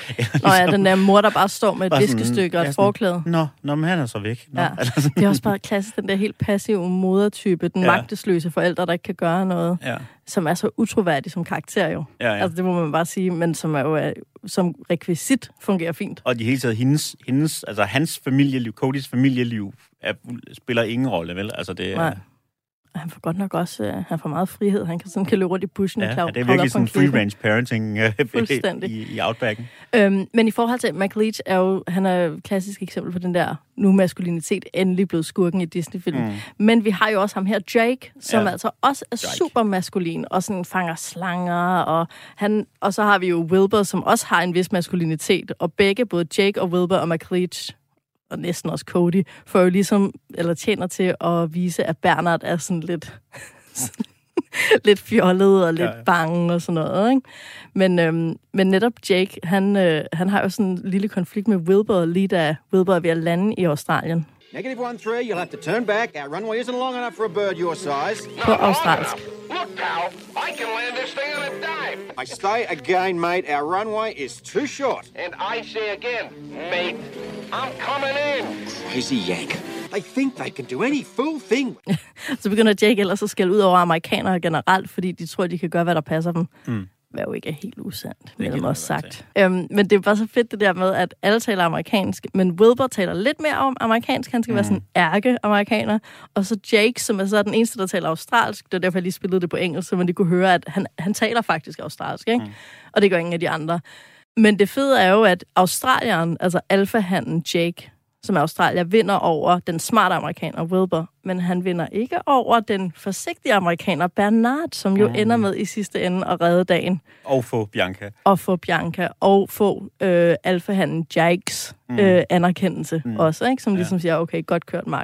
Nå ja, den der mor, der bare står med et viskestykke og et forklæde. Nå, men han er så væk. Ja. Det er også bare klassisk, den der helt passive modertype, den magtesløse forældre, der ikke kan gøre noget, som er så utroværdig som karakter jo. Ja. Altså det må man bare sige, men som er jo som rekvisit fungerer fint. Og i hele taget altså hans familieliv, Codys familieliv, spiller ingen rolle, vel? Altså det Nej. Han får godt nok også han får meget frihed. Han kan løbe rundt i bushen og det er virkelig sådan free-range parenting i Outbacken. Men i forhold til McLeach han er et klassisk eksempel på den der nu maskulinitet endelig blevet skurken i Disney-film. Men vi har jo også ham her, Jake, som altså også er super maskulin og sådan fanger slanger. Og så har vi jo Wilbur, som også har en vis maskulinitet. Og begge, både Jake og Wilbur og McLeach, og næsten også Cody, får jo ligesom, eller tjener til at vise, at Bernard er sådan lidt, lidt fjollet og lidt bange og sådan noget, ikke? Men netop Jake, han har jo sådan en lille konflikt med Wilbur, lige da Wilbur er ved at lande i Australien. -13, you'll have to turn back. Our runway isn't long enough for a bird your size. På australsk. Look, pal, I can land this thing on a dime. I say again, mate, our runway is too short. And I say again, mate, I'm coming in. Crazy yank. They think they can do any fool thing. Så begynder Jake ellers at skælde ud over amerikanere generelt, fordi de tror, de kan gøre, hvad der passer dem. Hvad jo ikke er helt usandt, mellem os sagt. Men det er bare så fedt det der med, at alle taler amerikansk, men Wilbur taler lidt mere om amerikansk. Han skal være sådan ærke-amerikaner. Og så Jake, som er så den eneste, der taler australsk. Det er derfor, jeg lige spillede det på engelsk, så man lige kunne høre, at han taler faktisk australsk, ikke? Og det gør ingen af de andre. Men det fede er jo, at australieren, altså alfahanden Jake, som er Australier, vinder over den smarte amerikaner Wilbur, men han vinder ikke over den forsigtige amerikaner Bernard, som jo ender med i sidste ende at redde dagen. Og få Bianca. Og få alfahanden Jakes anerkendelse også, ikke? Som ligesom siger, okay, godt kørt, makker.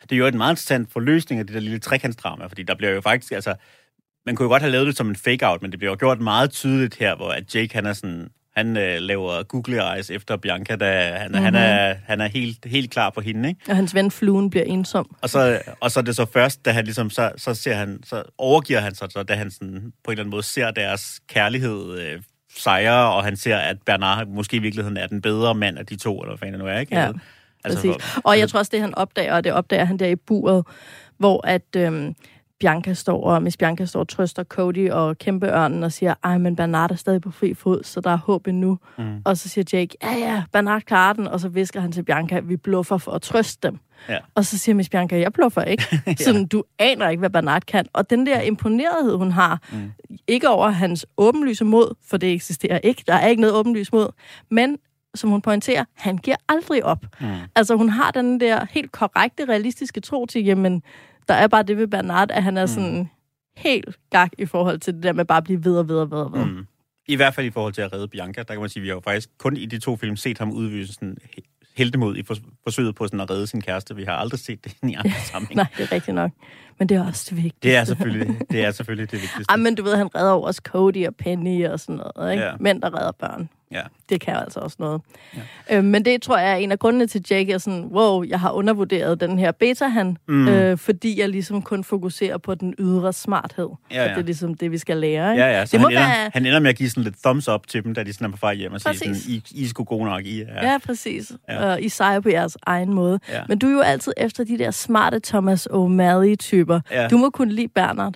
Det er jo en meget interessant forløsning af det der lille trekantsdrama, fordi der bliver jo faktisk, altså, man kunne jo godt have lavet det som en fake-out, men det bliver jo gjort meget tydeligt her, hvor at Jake, han laver googly eyes efter Bianca, da han er helt klar på hende, ikke? Og hans ven Fluen bliver ensom. Og så er det så først, da han ligesom, så overgiver han sig, så da han sådan, på en eller anden måde ser deres kærlighed sejre, og han ser, at Bernard måske i virkeligheden er den bedre mand af de to, eller hvad fanden nu er, ikke? Ja, præcis. Og jeg tror også, det han opdager, og det opdager han der i buret, hvor at Miss Bianca står og trøster Cody og kæmpeørnen og siger, ej, men Bernard er stadig på fri fod, så der er håb endnu. Og så siger Jake, ja, Bernard klarer den, og så visker han til Bianca, vi bluffer for at trøste dem. Ja. Og så siger Miss Bianca, jeg bluffer ikke. Sådan, du aner ikke, hvad Bernard kan. Og den der imponerethed, hun har, ikke over hans åbenlyse mod, for det eksisterer ikke, der er ikke noget åbenlyst mod, men som hun pointerer, han giver aldrig op. Altså, hun har den der helt korrekte, realistiske tro til, jamen, der er bare det ved Bernard, at han er sådan helt gak i forhold til det der med bare at blive ved og ved og ved og ved. I hvert fald i forhold til at redde Bianca, der kan man sige, at vi har jo faktisk kun i de 2 film set ham udvise sådan heltemod i forsøget på sådan at redde sin kæreste. Vi har aldrig set det i andre sammenhæng. Nej, det er rigtigt nok. Men det er også det vigtigste. Det er selvfølgelig det vigtigste. Ej, men du ved, han redder også Cody og Penny og sådan noget, ikke? Ja. Mænd, der redder børn. Ja. Det kan altså også noget. Ja. Men det tror jeg er en af grundene til, Jake er sådan, wow, jeg har undervurderet den her beta-han, fordi jeg ligesom kun fokuserer på den ydre smarthed. Ja. Og det er ligesom det, vi skal lære, ikke? Ja. Så han ender med at give sådan lidt thumbs up til dem, da de sådan er på vej hjem og siger sådan, I skulle gode nok. Ja, præcis. Og I sejrer på jeres egen måde. Ja. Men du er jo altid efter de der smarte Thomas O'Malley-typer. Ja. Du må kunne lide Bernard.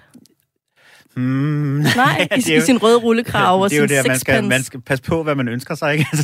Nej, i sin røde rullekrav og sin sixpence. Det er jo det, man skal passe på, hvad man ønsker sig, ikke?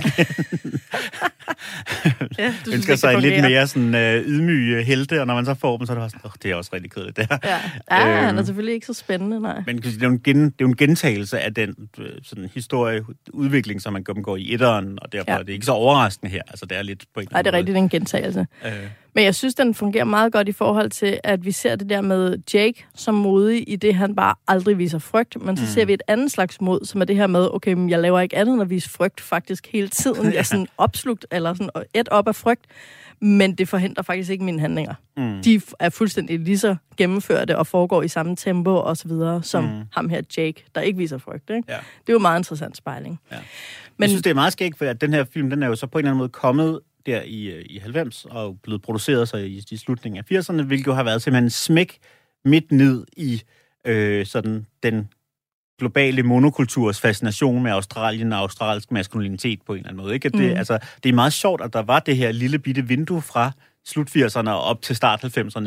Ønsker sig lidt mere sådan ydmyge helte, og når man så får dem, så er det også sådan, det er også rigtig kedeligt, det her. Ja, han er selvfølgelig ikke så spændende, nej. Men det er jo en gentagelse af den sådan historieudvikling, som man går i etteren, og derfor er det ikke så overraskende her. Altså, det er lidt på en Nej, det er rigtigt en gentagelse. Men jeg synes, den fungerer meget godt i forhold til, at vi ser det der med Jake som modig, i det han bare aldrig viser frygt, men så ser vi et andet slags mod, som er det her med, okay, men jeg laver ikke andet end at vise frygt faktisk hele tiden. Jeg er sådan opslugt, eller sådan et op af frygt, men det forhindrer faktisk ikke mine handlinger. De er fuldstændig lige så gennemførte og foregår i samme tempo og så videre, som ham her Jake, der ikke viser frygt, ikke? Ja. Det er jo meget interessant spejling. Ja. Men jeg synes, det er meget skægt, for at den her film, den er jo så på en eller anden måde kommet der i 90 og blevet produceret så i slutningen af 80'erne, hvilket jo har været simpelthen smæk midt ned i sådan den globale monokulturs fascination med Australien og australsk maskulinitet på en eller anden måde. Ikke? Det er meget sjovt, at der var det her lille bitte vindue fra slut 80'erne og op til start 90'erne,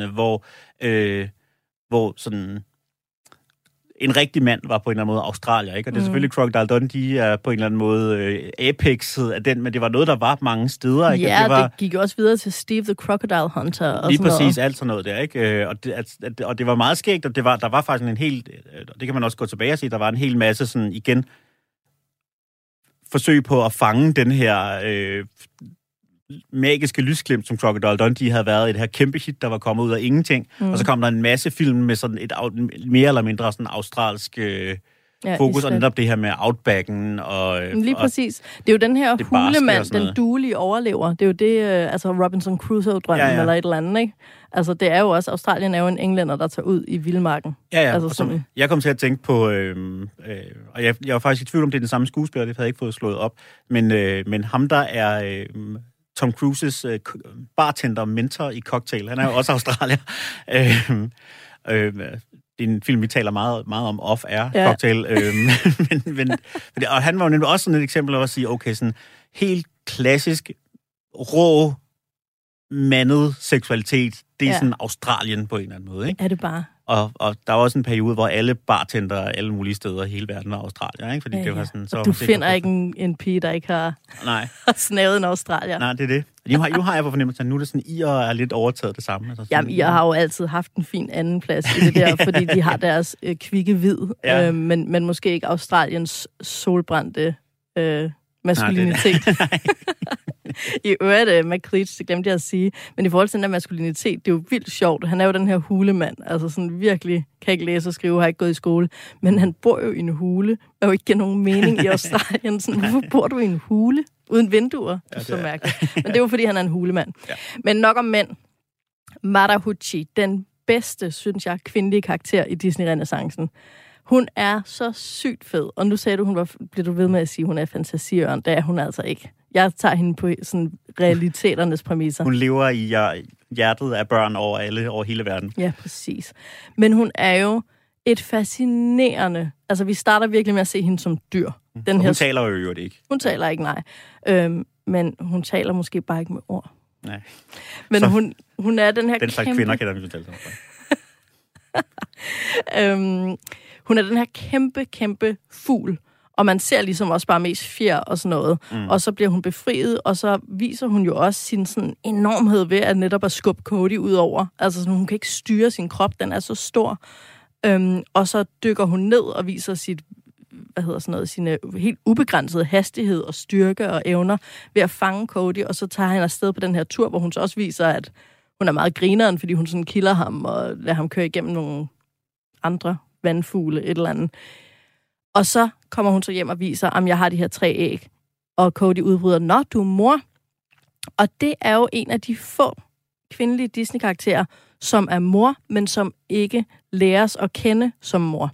hvor sådan en rigtig mand var på en eller anden måde Australier, ikke? Og det er selvfølgelig Crocodile Dundee er på en eller anden måde apexet af den, men det var noget, der var mange steder, ikke? Ja, det gik også videre til Steve the Crocodile Hunter og lige sådan noget. Lige præcis, alt sådan noget der, ikke? Og det var meget skægt, og der var faktisk en helt, det kan man også gå tilbage og sige, der var en hel masse sådan igen forsøg på at fange den her magiske lysglimt, som Crocodile Dundee havde været i det her kæmpe hit, der var kommet ud af ingenting. Og så kom der en masse film med sådan et mere eller mindre sådan australsk fokus, og netop det her med outbacken. Lige præcis. Det er jo den her hulemand, den duelige overlever. Det er jo det, altså Robinson Crusoe-drømmen eller et eller andet, ikke? Altså, det er jo også, Australien er jo en englænder, der tager ud i vildmarken. Ja, altså, jeg kom til at tænke på, og jeg var faktisk i tvivl om, det er den samme skuespiller, det havde jeg ikke fået slået op, men ham, der er Tom Cruises bartender-mentor i Cocktail, han er jo også australier. Det er en film, vi taler meget, meget om off-air, Cocktail. Og han var jo nemlig også sådan et eksempel af at sige, okay, sådan helt klassisk, rå, mandet seksualitet, det er sådan Australien på en eller anden måde, ikke? Er det bare? Og der var også en periode, hvor alle bartender alle mulige steder i hele verden var Australier, ikke? Fordi det var sådan, så du finder ikke en pige, der ikke har snavet en Australier. Nej, det er det. Nu har jeg på fornemmelse, at nu er det sådan, IR er lidt overtaget det samme. Altså jamen, IR har jo altid haft en fin anden plads i det der, fordi de har deres kvikke hvid, men måske ikke Australiens solbrændte maskulinitet. Nej, I øvrigt, McCleach, det glemte jeg at sige, men i forhold til den der maskulinitet, det er jo vildt sjovt. Han er jo den her hulemand, altså sådan virkelig kan ikke læse og skrive, har ikke gået i skole, men han bor jo i en hule, og jo ikke giver nogen mening i Australien. Sådan, hvorfor bor du i en hule uden vinduer? Det er så mærkeligt. Men det er jo, fordi han er en hulemand. Ja. Men nok om mænd. Marahuchi, den bedste, synes jeg, kvindelige karakter i Disney-renæssancen. Hun er så sygt fed, og nu sagde du, bliver du ved med at sige, hun er fantasiøren. Det er hun altså ikke. Jeg tager hende på sådan realiteternes præmisser. Hun lever i hjertet af børn over hele verden. Ja, præcis. Men hun er jo et fascinerende... Altså, vi starter virkelig med at se hende som dyr. Hun taler jo ikke. Hun taler ikke, nej. Men hun taler måske bare ikke med ord. Nej. Men hun er den her den slags kvinder kan der vi tale om. Hun er den her kæmpe fugl, og man ser ligesom også bare mest fjer og sådan noget. Og så bliver hun befriet, og så viser hun jo også sin sådan enormhed ved at netop at skubbe Cody ud over. Altså sådan, hun kan ikke styre sin krop, den er så stor. Og så dykker hun ned og viser sin helt ubegrænsede hastighed og styrke og evner ved at fange Cody, og så tager han afsted på den her tur, hvor hun så også viser, at hun er meget grineren, fordi hun sådan kilder ham og lader ham køre igennem nogle andre vandfugle, et eller andet. Og så kommer hun så hjem og viser, at jeg har de her 3 æg. Og Cody udbryder, nå, du er mor. Og det er jo en af de få kvindelige Disney-karakterer, som er mor, men som ikke læres at kende som mor.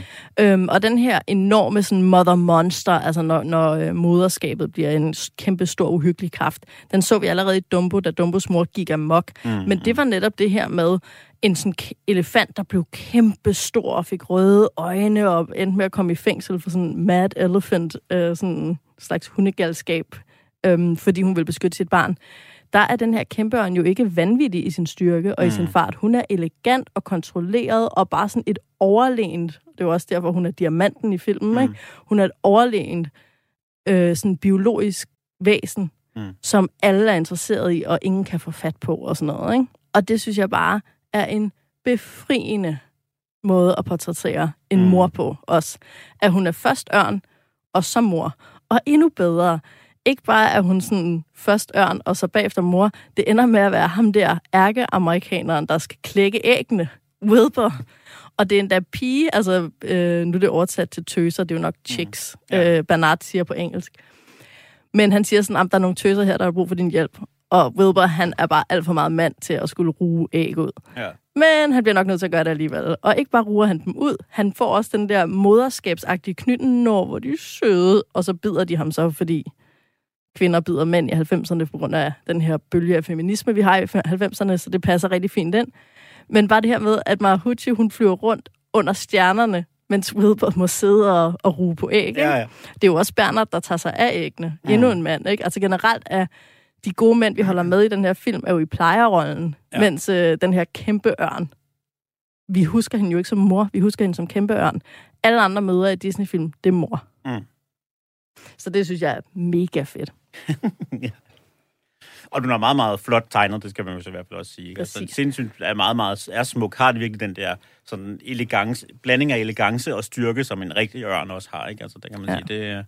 Og den her enorme sådan, mother monster, altså når moderskabet bliver en kæmpe stor uhyggelig kraft, den så vi allerede i Dumbo, da Dumbos mor gik amok. Men det var netop det her med en sådan elefant, der blev kæmpe stor og fik røde øjne og endte med at komme i fængsel for sådan mad elephant, sådan en slags hundegalskab, fordi hun ville beskytte sit barn. Der er den her kæmpeørn jo ikke vanvittig i sin styrke og i sin fart. Hun er elegant og kontrolleret og bare sådan et overlegent. Det er jo også derfor, hun er diamanten i filmen, ikke? Hun er et overlegent sådan biologisk væsen, som alle er interesseret i, og ingen kan få fat på og sådan noget, ikke? Og det synes jeg bare er en befriende måde at portrættere en mor på også. At hun er først ørn, og så mor. Og endnu bedre, ikke bare er hun sådan først ørn, og så bagefter mor. Det ender med at være ham der ærkeamerikaneren, der skal klække æggene. Wilbur. Og det er endda pige, altså nu er det oversat til tøser, det er jo nok chicks, Bernard siger på engelsk. Men han siger sådan, at der er nogle tøser her, der har brug for din hjælp. Og Wilbur, han er bare alt for meget mand til at skulle ruge æg ud. Ja. Men han bliver nok nødt til at gøre det alligevel. Og ikke bare ruger han dem ud, han får også den der moderskabsagtige knytten, hvor de er søde, og så bider de ham så, fordi kvinder bider mænd i 90'erne på grund af den her bølge af feminisme, vi har i 90'erne, så det passer rigtig fint ind. Men bare det her med, at Marahuchi, hun flyver rundt under stjernerne, mens Wilbur må sidde og ruge på æg. Ja, ja. Det er jo også Bernard, der tager sig af æggene. Endnu en mand, ikke? Altså generelt er de gode mænd, vi holder med i den her film, er jo i plejerrollen, mens den her kæmpe ørn, vi husker hende jo ikke som mor, vi husker hende som kæmpe ørn. Alle andre mødre i Disney-film, det er mor. Så det synes jeg er mega fedt. Ja. Og du er meget, meget flot tegnet, det skal man jo så i hvert fald også sige. Altså, sindssygt er meget, meget smuk. Har det virkelig den der sådan elegance, blanding af elegance og styrke, som en rigtig ørn også har, ikke? Altså, det kan man sige.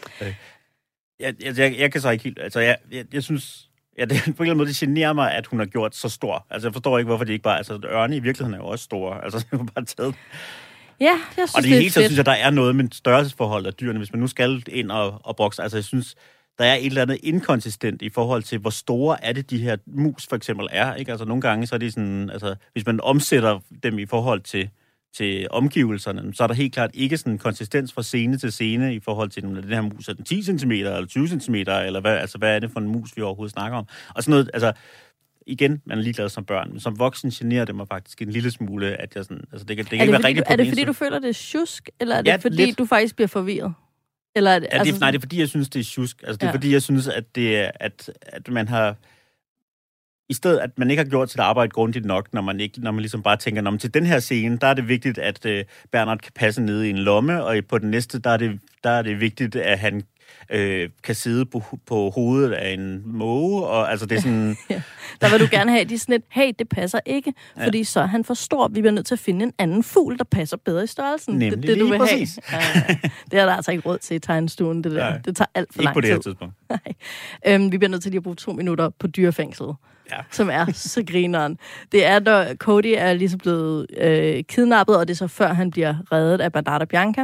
Det, jeg kan så ikke helt... Altså, jeg synes... Ja, det, på en eller anden måde, det generer mig, at hun har gjort så stor. Altså, jeg forstår ikke, hvorfor det ikke bare... Altså, ørne i virkeligheden er jo også store. Altså, det er jo bare taget... Ja, jeg synes, og det hele taget synes jeg, der er noget med størrelsesforhold af dyrene. Hvis man nu skal ind og bokse, altså jeg synes, der er et eller andet inkonsistent i forhold til, hvor store er det, de her mus for eksempel er. Ikke? Altså nogle gange, så er de sådan, altså hvis man omsætter dem i forhold til omgivelserne, så er der helt klart ikke sådan en konsistens fra scene til scene i forhold til, om den her mus er den 10 cm eller 20 cm, eller hvad er det for en mus, vi overhovedet snakker om. Og sådan noget, altså... Igen, man er ligeglad som børn, men som voksen generer det mig faktisk en lille smule, at jeg sådan... Altså, det kan ikke være rigtig... Er det fordi, du føler, det er sjusk, eller er det fordi, lidt. Du faktisk bliver forvirret? Eller det, nej, det er fordi, jeg synes, det er sjusk. Altså, det er fordi, jeg synes, at det er, at man har... I stedet, at man ikke har gjort sit arbejde grundigt nok, når man ligesom bare tænker, når man til den her scene, der er det vigtigt, at Bernard kan passe nede i en lomme, og på den næste, der er det vigtigt, at han kan sidde på hovedet af en måge, og altså det er sådan... Ja. Der vil du gerne have, de sådan et, hey, det passer ikke, fordi så er han for stor, vi bliver nødt til at finde en anden fugl, der passer bedre i størrelsen. Nemlig det du vil præcis. Have. Det er der altså ikke råd til i tegnestuen, det der. Nej. Det tager alt for lang tid. Ikke på det her tidspunkt. Vi bliver nødt til lige at bruge 2 minutter på dyrefængslet, som er så grineren. Det er, når Cody er ligesom blevet kidnappet, og det er så før han bliver reddet af Bernard og Bianca.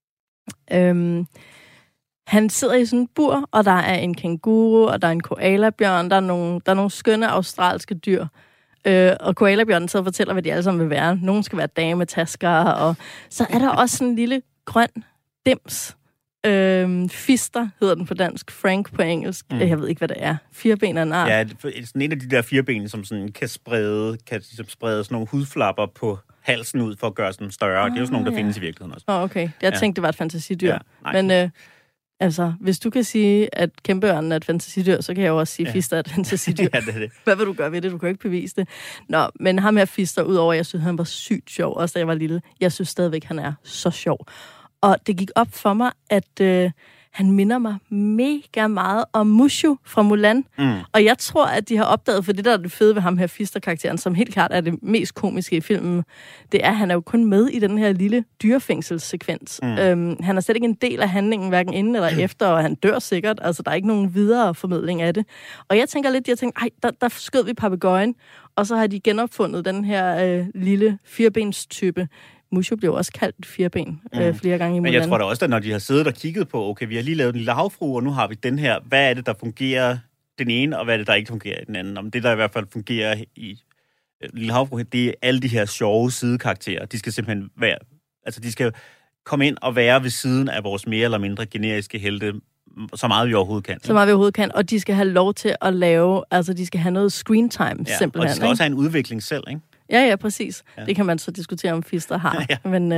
Han sidder i sådan en bur, og der er en kænguru, og der er en koalabjørn, der er nogle skønne australske dyr. Og koalabjørnen så fortæller, hvad de alle sammen vil være. Nogen skal være dametasker, og så er der også sådan en lille grøn dims. Fister hedder den på dansk, Frank på engelsk. Jeg ved ikke, hvad det er. Fireben af en art. Ja, sådan en af de der fireben, som sådan kan sprede sådan nogle hudflapper på halsen ud for at gøre sådan større. Det er jo sådan nogle, der findes i virkeligheden også. Okay. Jeg tænkte, det var et fantasidyr. Ja, men altså, hvis du kan sige, at kæmpeørnen er et fantasidyr, så kan jeg jo også sige, at Fister er et fantasidyr. Ja, det er det. Hvad vil du gøre ved det? Du kan jo ikke bevise det. Nå, men ham her Fister, udover jeg synes, han var sygt sjov, også da jeg var lille. Jeg synes stadigvæk, han er så sjov. Og det gik op for mig, at han minder mig mega meget om Mushu fra Mulan. Og jeg tror, at de har opdaget, for det der er det fede ved ham her Fister-karakteren, som helt klart er det mest komiske i filmen, det er, at han er jo kun med i den her lille dyrefængselssekvens. Han er slet ikke en del af handlingen, hverken inden eller efter, og han dør sikkert. Altså, der er ikke nogen videre formidling af det. Og jeg tænker lidt, der skød vi papegøjen, og så har de genopfundet den her lille firbenstype. Mushu blev også kaldt fireben flere gange i Mulan. Men jeg tror da også, at når de har siddet og kigget på, okay, vi har lige lavet en lille havfrue, og nu har vi den her. Hvad er det, der fungerer den ene, og hvad er det, der ikke fungerer i den anden? Om det, der i hvert fald fungerer i lille havfrue, det er alle de her sjove sidekarakterer. De skal simpelthen være, altså de skal komme ind og være ved siden af vores mere eller mindre generiske helte, så meget vi overhovedet kan. Så meget vi overhovedet kan, og de skal have lov til at lave, altså de skal have noget screen time, simpelthen. Og de skal også have en udvikling selv, ikke? Ja, præcis. Ja. Det kan man så diskutere, om Fister har. Men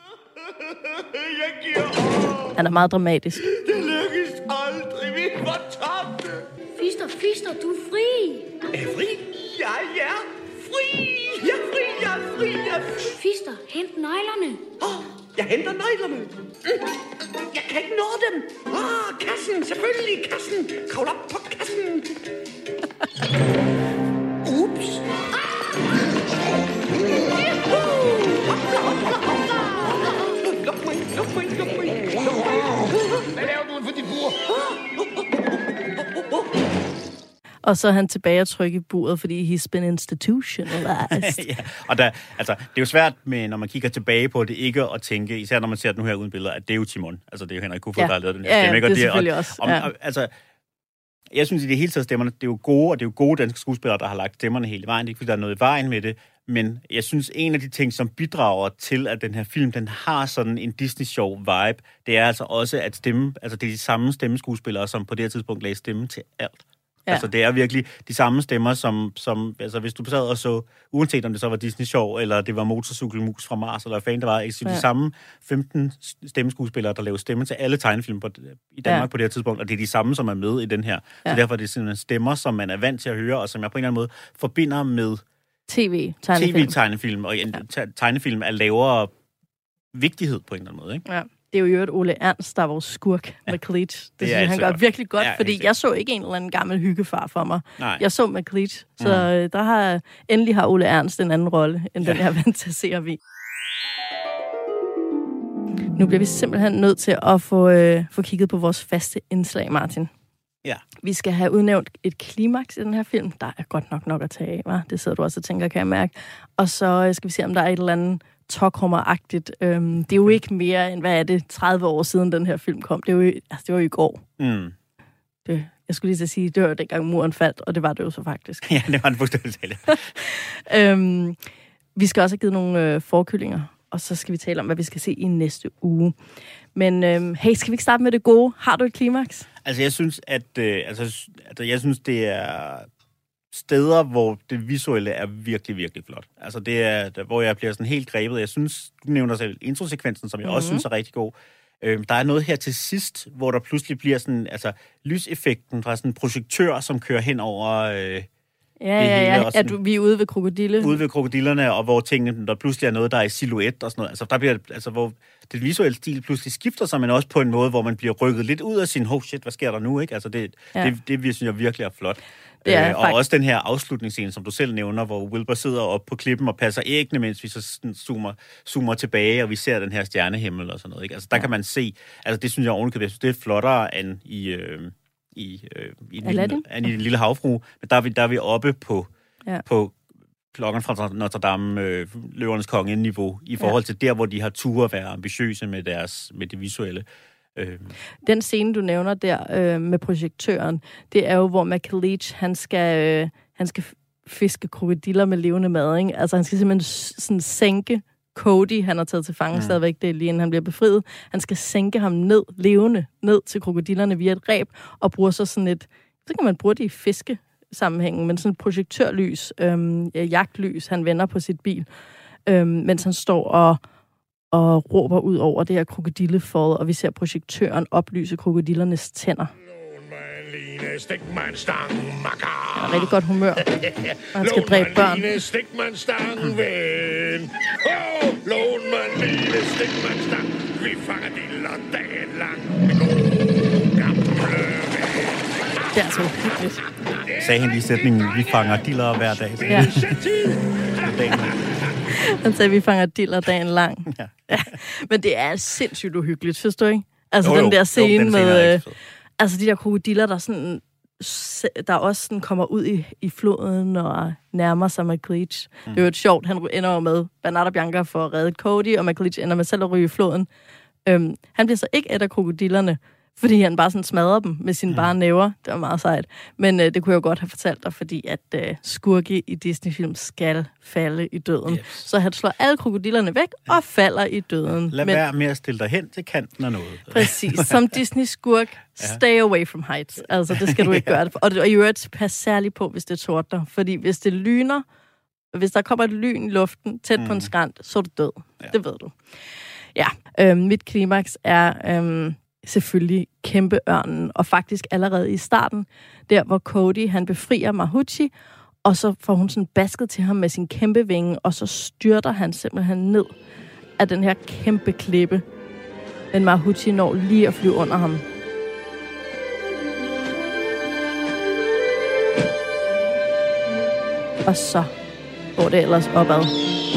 han er meget dramatisk. Det lykkes aldrig, vi var tabte. Fister, du er fri. Er fri? Ja, fri. Jeg er fri. Fister, hent nøglerne. Jeg henter nøglerne. Jeg kan ikke nå dem. Kassen, selvfølgelig, kassen. Kravl op på kassen. Ups. Luk mig. Hvad laver du for dit bur? Og så er han tilbage at trykke i buret, fordi he's been institutionalized. Ja, og det er jo svært, med, når man kigger tilbage på det, ikke at tænke, især når man ser den nu her uden billeder, at det er jo Timon. Altså, det er jo Henrik Kofod, der har lavet den her stemme. Ja, det er selvfølgelig også. Altså, jeg synes i det hele taget, stemmerne, det er jo gode, og det er jo gode danske skuespillere, der har lagt stemmerne hele vejen. Det er ikke, fordi der er noget i vejen med det, men jeg synes, en af de ting, som bidrager til, at den her film, den har sådan en Disney-show-vibe, det er altså også, at det er de samme stemmeskuespillere, som på det her tidspunkt lagde stemme til alt. Ja. Altså, det er virkelig de samme stemmer, som altså, hvis du sad og så, uanset om det så var Disney-show, eller det var Motorcykelmus fra Mars, eller hvad fanden det var, ikke? De samme 15 stemmeskuespillere, der laver stemme til alle tegnefilm i Danmark på det her tidspunkt, og det er de samme, som er med i den her. Ja. Så derfor er det sådan en stemmer, som man er vant til at høre, og som jeg på en eller anden måde forbinder med TV-tegnefilm, og tegnefilm er lavere vigtighed på en eller anden måde, ikke? Ja. Det er jo øvrigt Ole Ernst, der er vores skurk med Cleach. Det synes han gør virkelig godt, fordi jeg så ikke en eller anden gammel hyggefar for mig. Nej. Jeg så med Cleach, så endelig har Ole Ernst en anden rolle, end den jeg vant til at se vi. Nu bliver vi simpelthen nødt til at få kigget på vores faste indslag, Martin. Ja. Vi skal have udnævnt et klimaks i den her film. Der er godt nok at tage af, hva'? Det sidder du også og tænker, kan jeg mærke. Og så skal vi se, om der er et eller andet Tokhrummer-agtigt. Det er jo ikke mere end, 30 år siden den her film kom. Det var jo i går. Jeg skulle lige til at sige, det var jo dengang muren faldt, og det var det jo så faktisk. Ja, det var en fuldstændig. Vi skal også have givet nogle forkyllinger, og så skal vi tale om, hvad vi skal se i næste uge. Men hey, skal vi ikke starte med det gode? Har du et klimaks? Altså, jeg synes, det er steder, hvor det visuelle er virkelig, virkelig flot. Altså, det er, hvor jeg bliver sådan helt grebet. Jeg synes, du nævner selv introsekvensen, som jeg også synes er rigtig god. Der er noget her til sidst, hvor der pludselig bliver sådan, altså, lyseffekten fra sådan en projektør, som kører hen over vi er ude ved krokodille. Ude ved krokodillerne, og hvor tingene, der pludselig er noget, der er i silhuet og sådan noget. Altså, der bliver, altså, hvor det visuelle stil pludselig skifter sig, men også på en måde, hvor man bliver rykket lidt ud af sin, shit, hvad sker der nu, ikke? Altså, det synes jeg virkelig er flot. Og også den her afslutningsscene, som du selv nævner, hvor Wilbur sidder oppe på klippen og passer æggene, mens vi så zoomer tilbage, og vi ser den her stjernehimmel og sådan noget, ikke? Altså, der kan man se, altså, det synes jeg ovenikøbet, jeg synes, det er flottere end i den lille havfrue, men der er vi oppe på klokken fra Notre Dame, løvernes konge-niveau, i forhold til der, hvor de har tur at være ambitiøse med det visuelle. Den scene, du nævner der med projektøren, det er jo, hvor McLeach, han skal fiske krokodiller med levende mad, ikke? Altså, han skal simpelthen sådan sænke Cody, han har taget til fange stadigvæk, det er lige inden han bliver befriet. Han skal sænke ham levende ned til krokodillerne via et reb, og bruger så sådan et, så kan man bruge det i fiskesammenhængen, men sådan et projektørlys, jagtlys, han vender på sit bil, mens han står og råber ud over det her krokodillefod, og vi ser projektøren oplyse krokodillernes tænder. Stik mig en stang, makker. Han er rigtig godt humør, og han skal dræbe børn. Stik mig en stang, ven. Lån mig en lille, stik mig en stang. Vi fanger diller dagen lang. God gamle ven. Det er altså uhyggeligt. Sagde han lige sætningen, vi fanger diller hver dag. Ja. Han sagde, vi fanger diller dagen lang. Ja. Men det er sindssygt uhyggeligt, synes du ikke? Altså den der scene med... Altså de der krokodiller, der også sådan kommer ud i floden og nærmer sig McLeach. Det er jo et sjovt, han ender jo med Bernard og Bianca for at redde Cody, og McLeach ender med selv at ryge i floden. Han bliver så ikke et af krokodillerne, fordi han bare sådan smadrer dem med sine bare næver. Det var meget sejt. Men det kunne jeg jo godt have fortalt dig, fordi at skurke i Disney-film skal falde i døden. Yes. Så han slår alle krokodillerne væk og falder i døden. Lad være med at stille dig hen til kanten af noget. Præcis. Som Disney-skurk, stay away from heights. Altså, det skal du ikke gøre. Og i øvrigt, pas særligt på, hvis det tordner. Fordi hvis det lyner, hvis der kommer et lyn i luften tæt på en skrant, så er du død. Ja. Det ved du. Ja, mit klimaks er... selvfølgelig kæmpeørnen, og faktisk allerede i starten, der hvor Cody, han befrier Mahuchi, og så får hun sådan basket til ham med sin kæmpe vinge, og så styrter han simpelthen ned af den her kæmpe klippe. Men Mahuchi når lige at flyve under ham. Og så går det ellers opad.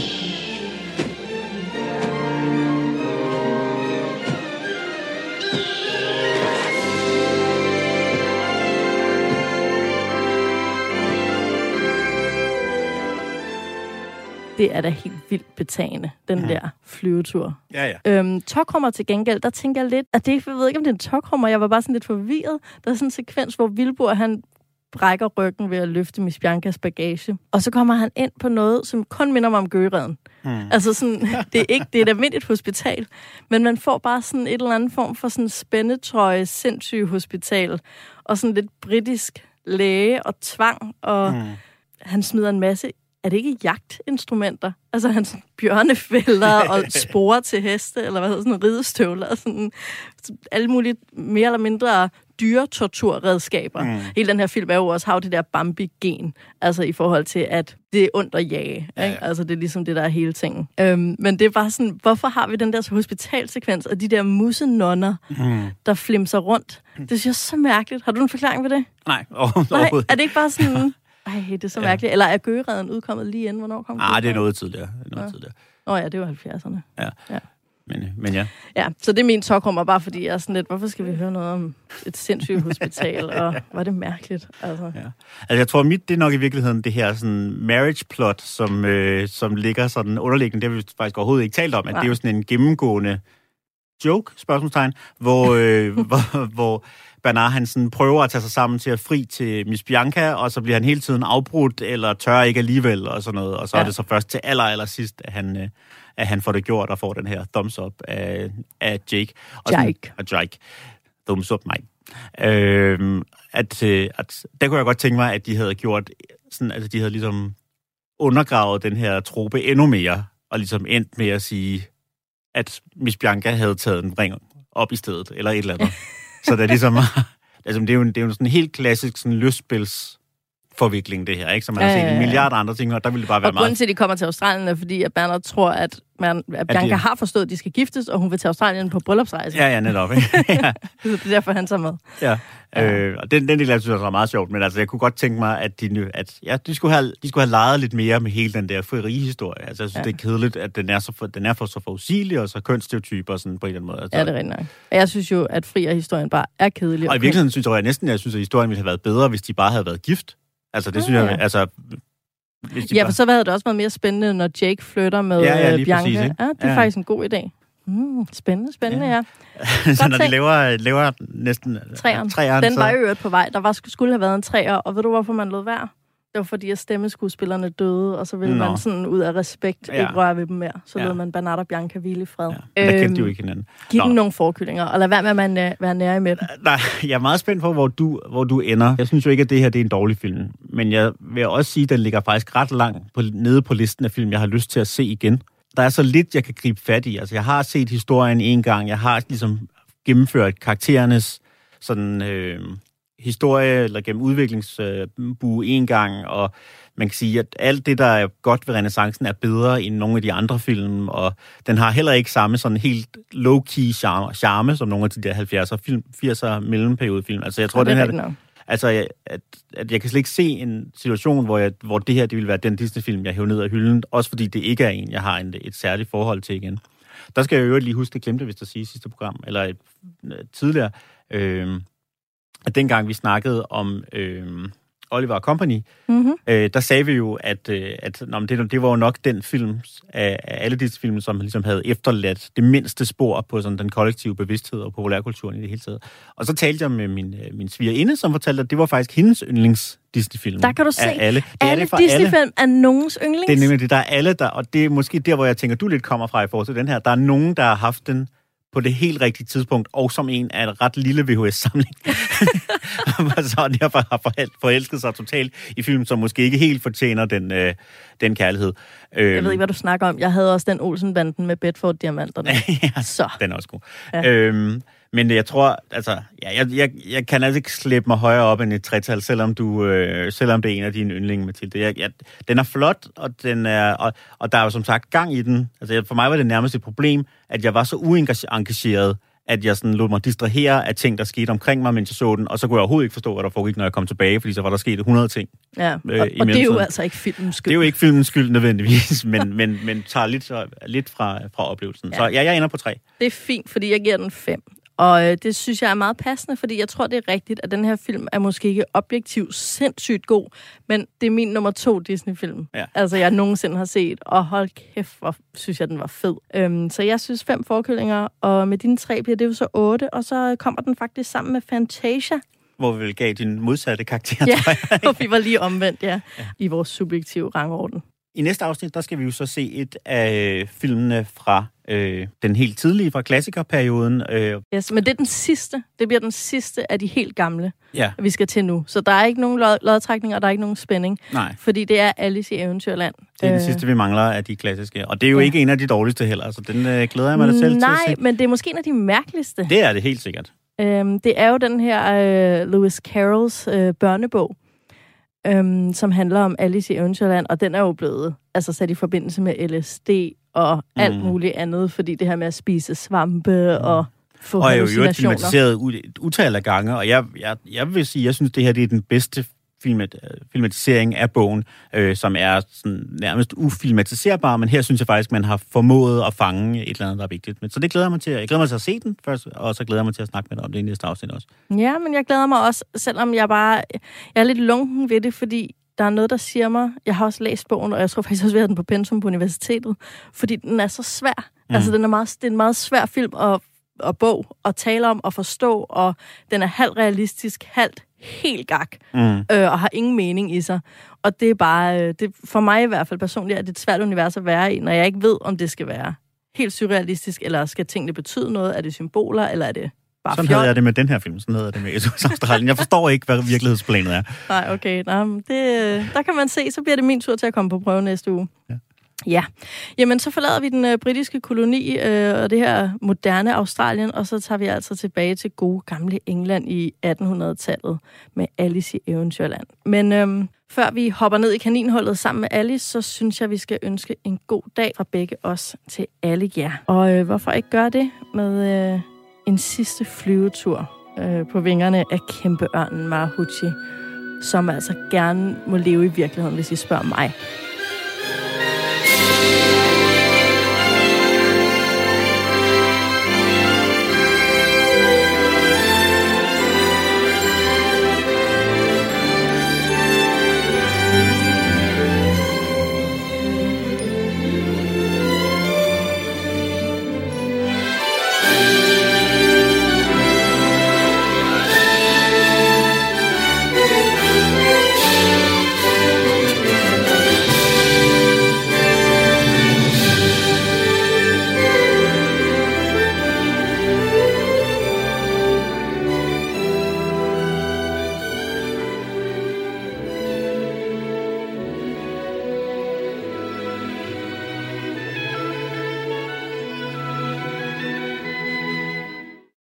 Det er da helt vildt betagende, den der flyvetur. Ja. Tokhummer til gengæld, der tænker jeg lidt, at det, jeg ved ikke, om det er en tokhummer, jeg var bare sådan lidt forvirret. Der er sådan en sekvens, hvor Wilbur, han brækker ryggen ved at løfte Miss Biancas bagage. Og så kommer han ind på noget, som kun minder mig om Gøgereden. Altså sådan, det er et almindeligt hospital, men man får bare sådan et eller andet form for sådan spændetrøje, sindssyg hospital, og sådan lidt britisk læge og tvang, og han smider en masse. Er det ikke jagtinstrumenter? Altså hans bjørnefælder og sporer til heste, eller hvad hedder sådan, ridestøvler, og sådan alle mulige mere eller mindre dyretorturredskaber. Hele den her film er jo også har det der Bambi-gen, altså i forhold til, at det er ondt at jage. Ja. Ikke? Altså det er ligesom det, der er hele tingen. Men det er bare sådan, hvorfor har vi den der hospitalsekvens, og de der musenonner, der flimser rundt? Det synes jeg er så mærkeligt. Har du en forklaring på det? Nej, Nej, er det ikke bare sådan... Ej, det er så mærkeligt. Eller er Gøgereden udkommet lige inden? Hvornår kom det? Det er noget tidligere. Ja, det var 70'erne. Ja. Men ja. Ja, så det er min tokhummer, bare fordi jeg er sådan lidt, hvorfor skal vi høre noget om et sindssygt hospital, og var det mærkeligt? Altså jeg tror, det er nok i virkeligheden det her sådan marriage plot, som ligger sådan underliggende, det har vi faktisk overhovedet ikke talt om, at det er jo sådan en gennemgående joke, spørgsmålstegn, hvor Bernard Hansen prøver at tage sig sammen til at fri til Miss Bianca, og så bliver han hele tiden afbrudt, eller tør ikke alligevel, og sådan noget. Og så er det så først til aller sidst, at han får det gjort, og får den her thumbs up af Jake. Og Jake. Thumbs up, mig. Der kunne jeg godt tænke mig, at de havde gjort sådan, altså de havde ligesom undergravet den her trope endnu mere, og ligesom endt med at sige, at Miss Bianca havde taget en ring op i stedet, eller et eller andet. Så det er ligesom, altså det er jo sådan en helt klassisk sådan lystspilsforvikling, det her, ikke? Så man har set en milliard andre ting, og der ville det bare være meget... Og grunden til, at de kommer til Australien, er fordi, at Bernard tror, at Bianca har forstået, at de skal giftes, og hun vil til Australien på bryllupsrejse. Ja, netop, ikke? Ja. Det er derfor, han tager med. Ja. Og den del, jeg synes, er meget sjovt, men altså, jeg kunne godt tænke mig, at de skulle have leget lidt mere med hele den der frierihistorie. Altså, jeg synes, det er kedeligt, at den er så forudsigelig, og så kønsstereotyper sådan på en eller anden måde. Altså, ja, det er rigtig nok. Jeg synes jo, at frierihistorien bare er kedelig. Og i virkeligheden synes jeg, at historien ville have været bedre, hvis de bare havde været gift. Altså, det synes jeg, altså... for så havde det også været mere spændende, når Jake flytter med Bianca. Præcis, det er faktisk en god idé. Spændende, ja. Så når de laver næsten... Træeren. Den var jo på vej. Der skulle have været en træer, og ved du, hvorfor man lod være? Det var fordi, at stemmeskuespillerne døde, og så ville man sådan ud af respekt ikke røre ved dem mere. Så lod man Bernardo og Bianca hvile i fred. Ja. Der kendte de jo ikke hinanden. Giv dem nogle forkyllinger, og lad være med at være nære med dem. Nej, jeg er meget spændt på, hvor du ender. Jeg synes jo ikke, at det her det er en dårlig film. Men jeg vil også sige, at den ligger faktisk ret langt nede på listen af film, jeg har lyst til at se igen. Der er så lidt, jeg kan gribe fat i. Altså, jeg har set historien en gang. Jeg har ligesom gennemført karakterernes sådan... historie, eller gennem udviklingsbue en gang, og man kan sige, at alt det, der er godt ved renæssancen, er bedre end nogle af de andre film, og den har heller ikke samme sådan helt low-key charme, som nogle af de der 70'er, 80'er mellemperiodefilm. Altså, jeg tror, den her... Altså, at jeg kan slet ikke se en situation, hvor det her det vil være den Disney-film, jeg hæver ned af hylden, også fordi det ikke er en, jeg har et særligt forhold til igen. Der skal jeg jo lige huske, det glemte hvis der siger sidste program, eller tidligere, at dengang vi snakkede om Oliver & Company, der sagde vi jo, at det var jo nok den film af alle disse film, som ligesom havde efterladt det mindste spor på sådan den kollektive bevidsthed og populærkulturen i det hele taget. Og så talte jeg med min svigerinde, som fortalte, at det var faktisk hendes yndlings Disney-film. Der kan du se, alle Disney-film er nogens yndlings. Det er nemlig det, der er alle der, og det er måske der, hvor jeg tænker, du lidt kommer fra i forhold til den her. Der er nogen, der har haft den på det helt rigtige tidspunkt, og som en af en ret lille VHS-samling. Så derfor har forelsket sig totalt i film, som måske ikke helt fortjener den kærlighed. Jeg ved ikke, hvad du snakker om. Jeg havde også den Olsen-banden med Bedford-diamanterne. Ja, så. Den er også god. Ja. Men jeg tror, altså, jeg kan altså ikke slæbe mig højere op end et tretal, selvom det er en af dine yndlinge, Mathilde. Den er flot, og og der er jo som sagt gang i den. Altså, for mig var det nærmest et problem, at jeg var så uengageret, at jeg sådan lod mig distrahere af ting, der skete omkring mig, mens jeg så den, og så kunne jeg overhovedet ikke forstå, hvad der foregik, når jeg kom tilbage, fordi så var der sket 100 ting. Ja, og det er jo altså ikke filmens skyld. Det er jo ikke filmens skyld nødvendigvis, men tager lidt fra oplevelsen. Ja. Så jeg ender på 3. Det er fint, fordi jeg giver den 5. Og det synes jeg er meget passende, fordi jeg tror, det er rigtigt, at den her film er måske ikke objektivt sindssygt god, men det er min nummer 2 Disney-film. Ja. Altså, jeg nogensinde har set, og hold kæft, hvor synes jeg, den var fed. Så jeg synes 5 forkyllinger, og med dine 3 bliver det jo så 8, og så kommer den faktisk sammen med Fantasia. Hvor vi gav din modsatte karakter, ja, tror jeg. og vi var lige omvendt, ja, i vores subjektive rangorden. I næste afsnit, der skal vi jo så se et af filmene fra den helt tidlige, fra klassikerperioden. Yes, men det er den sidste. Det bliver den sidste af de helt gamle, vi skal til nu. Så der er ikke nogen lodtrækning, og der er ikke nogen spænding. Nej. Fordi det er Alice i Eventyrland. Det er det sidste, vi mangler af de klassiske. Og det er jo ikke en af de dårligste heller, så den glæder jeg mig da selv til at se. Nej, men det er måske en af de mærkeligste. Det er det helt sikkert. Det er jo den her Lewis Carrolls børnebog, som handler om Alice i Eventyrland, og den er jo blevet sat i forbindelse med LSD og alt muligt andet, fordi det her med at spise svampe og få hallucinationer. Og er jo filmatiseret utal af gange, og jeg vil sige, jeg synes, det her det er den bedste filmatisering af bogen, som er sådan nærmest ufilmatiserbar, men her synes jeg faktisk, man har formået at fange et eller andet, der er vigtigt. Men så det glæder jeg mig til. Jeg glæder mig til at se den først, og så glæder jeg mig til at snakke med dig om det i næste afsnit også. Ja, men jeg glæder mig også, selvom jeg er lidt lunken ved det, fordi der er noget, der siger mig, jeg har også læst bogen, og jeg tror faktisk også, vi havde den på pensum på universitetet, fordi den er så svær. Altså, det er en meget svær film og bog at tale om og forstå, og den er halvt realistisk, halvt helt gak, og har ingen mening i sig. Og det er bare, for mig i hvert fald personligt, at det er et svært univers at være i, når jeg ikke ved, om det skal være helt surrealistisk, eller skal tingene betyde noget? Er det symboler, eller er det bare sådan havde jeg det med den her film, sådan havde jeg det med SOS Australien. Jeg forstår ikke, hvad virkelighedsplanet er. Nej, okay. Der kan man se, så bliver det min tur til at komme på prøve næste uge. Ja. Jamen, så forlader vi den britiske koloni og det her moderne Australien, og så tager vi altså tilbage til gode gamle England i 1800-tallet med Alice i Eventyrland. Men før vi hopper ned i kaninhullet sammen med Alice, så synes jeg, vi skal ønske en god dag fra begge os til alle jer. Og hvorfor ikke gøre det med en sidste flyvetur på vingerne af kæmpeørnen Mahuchi, som altså gerne må leve i virkeligheden, hvis I spørger mig.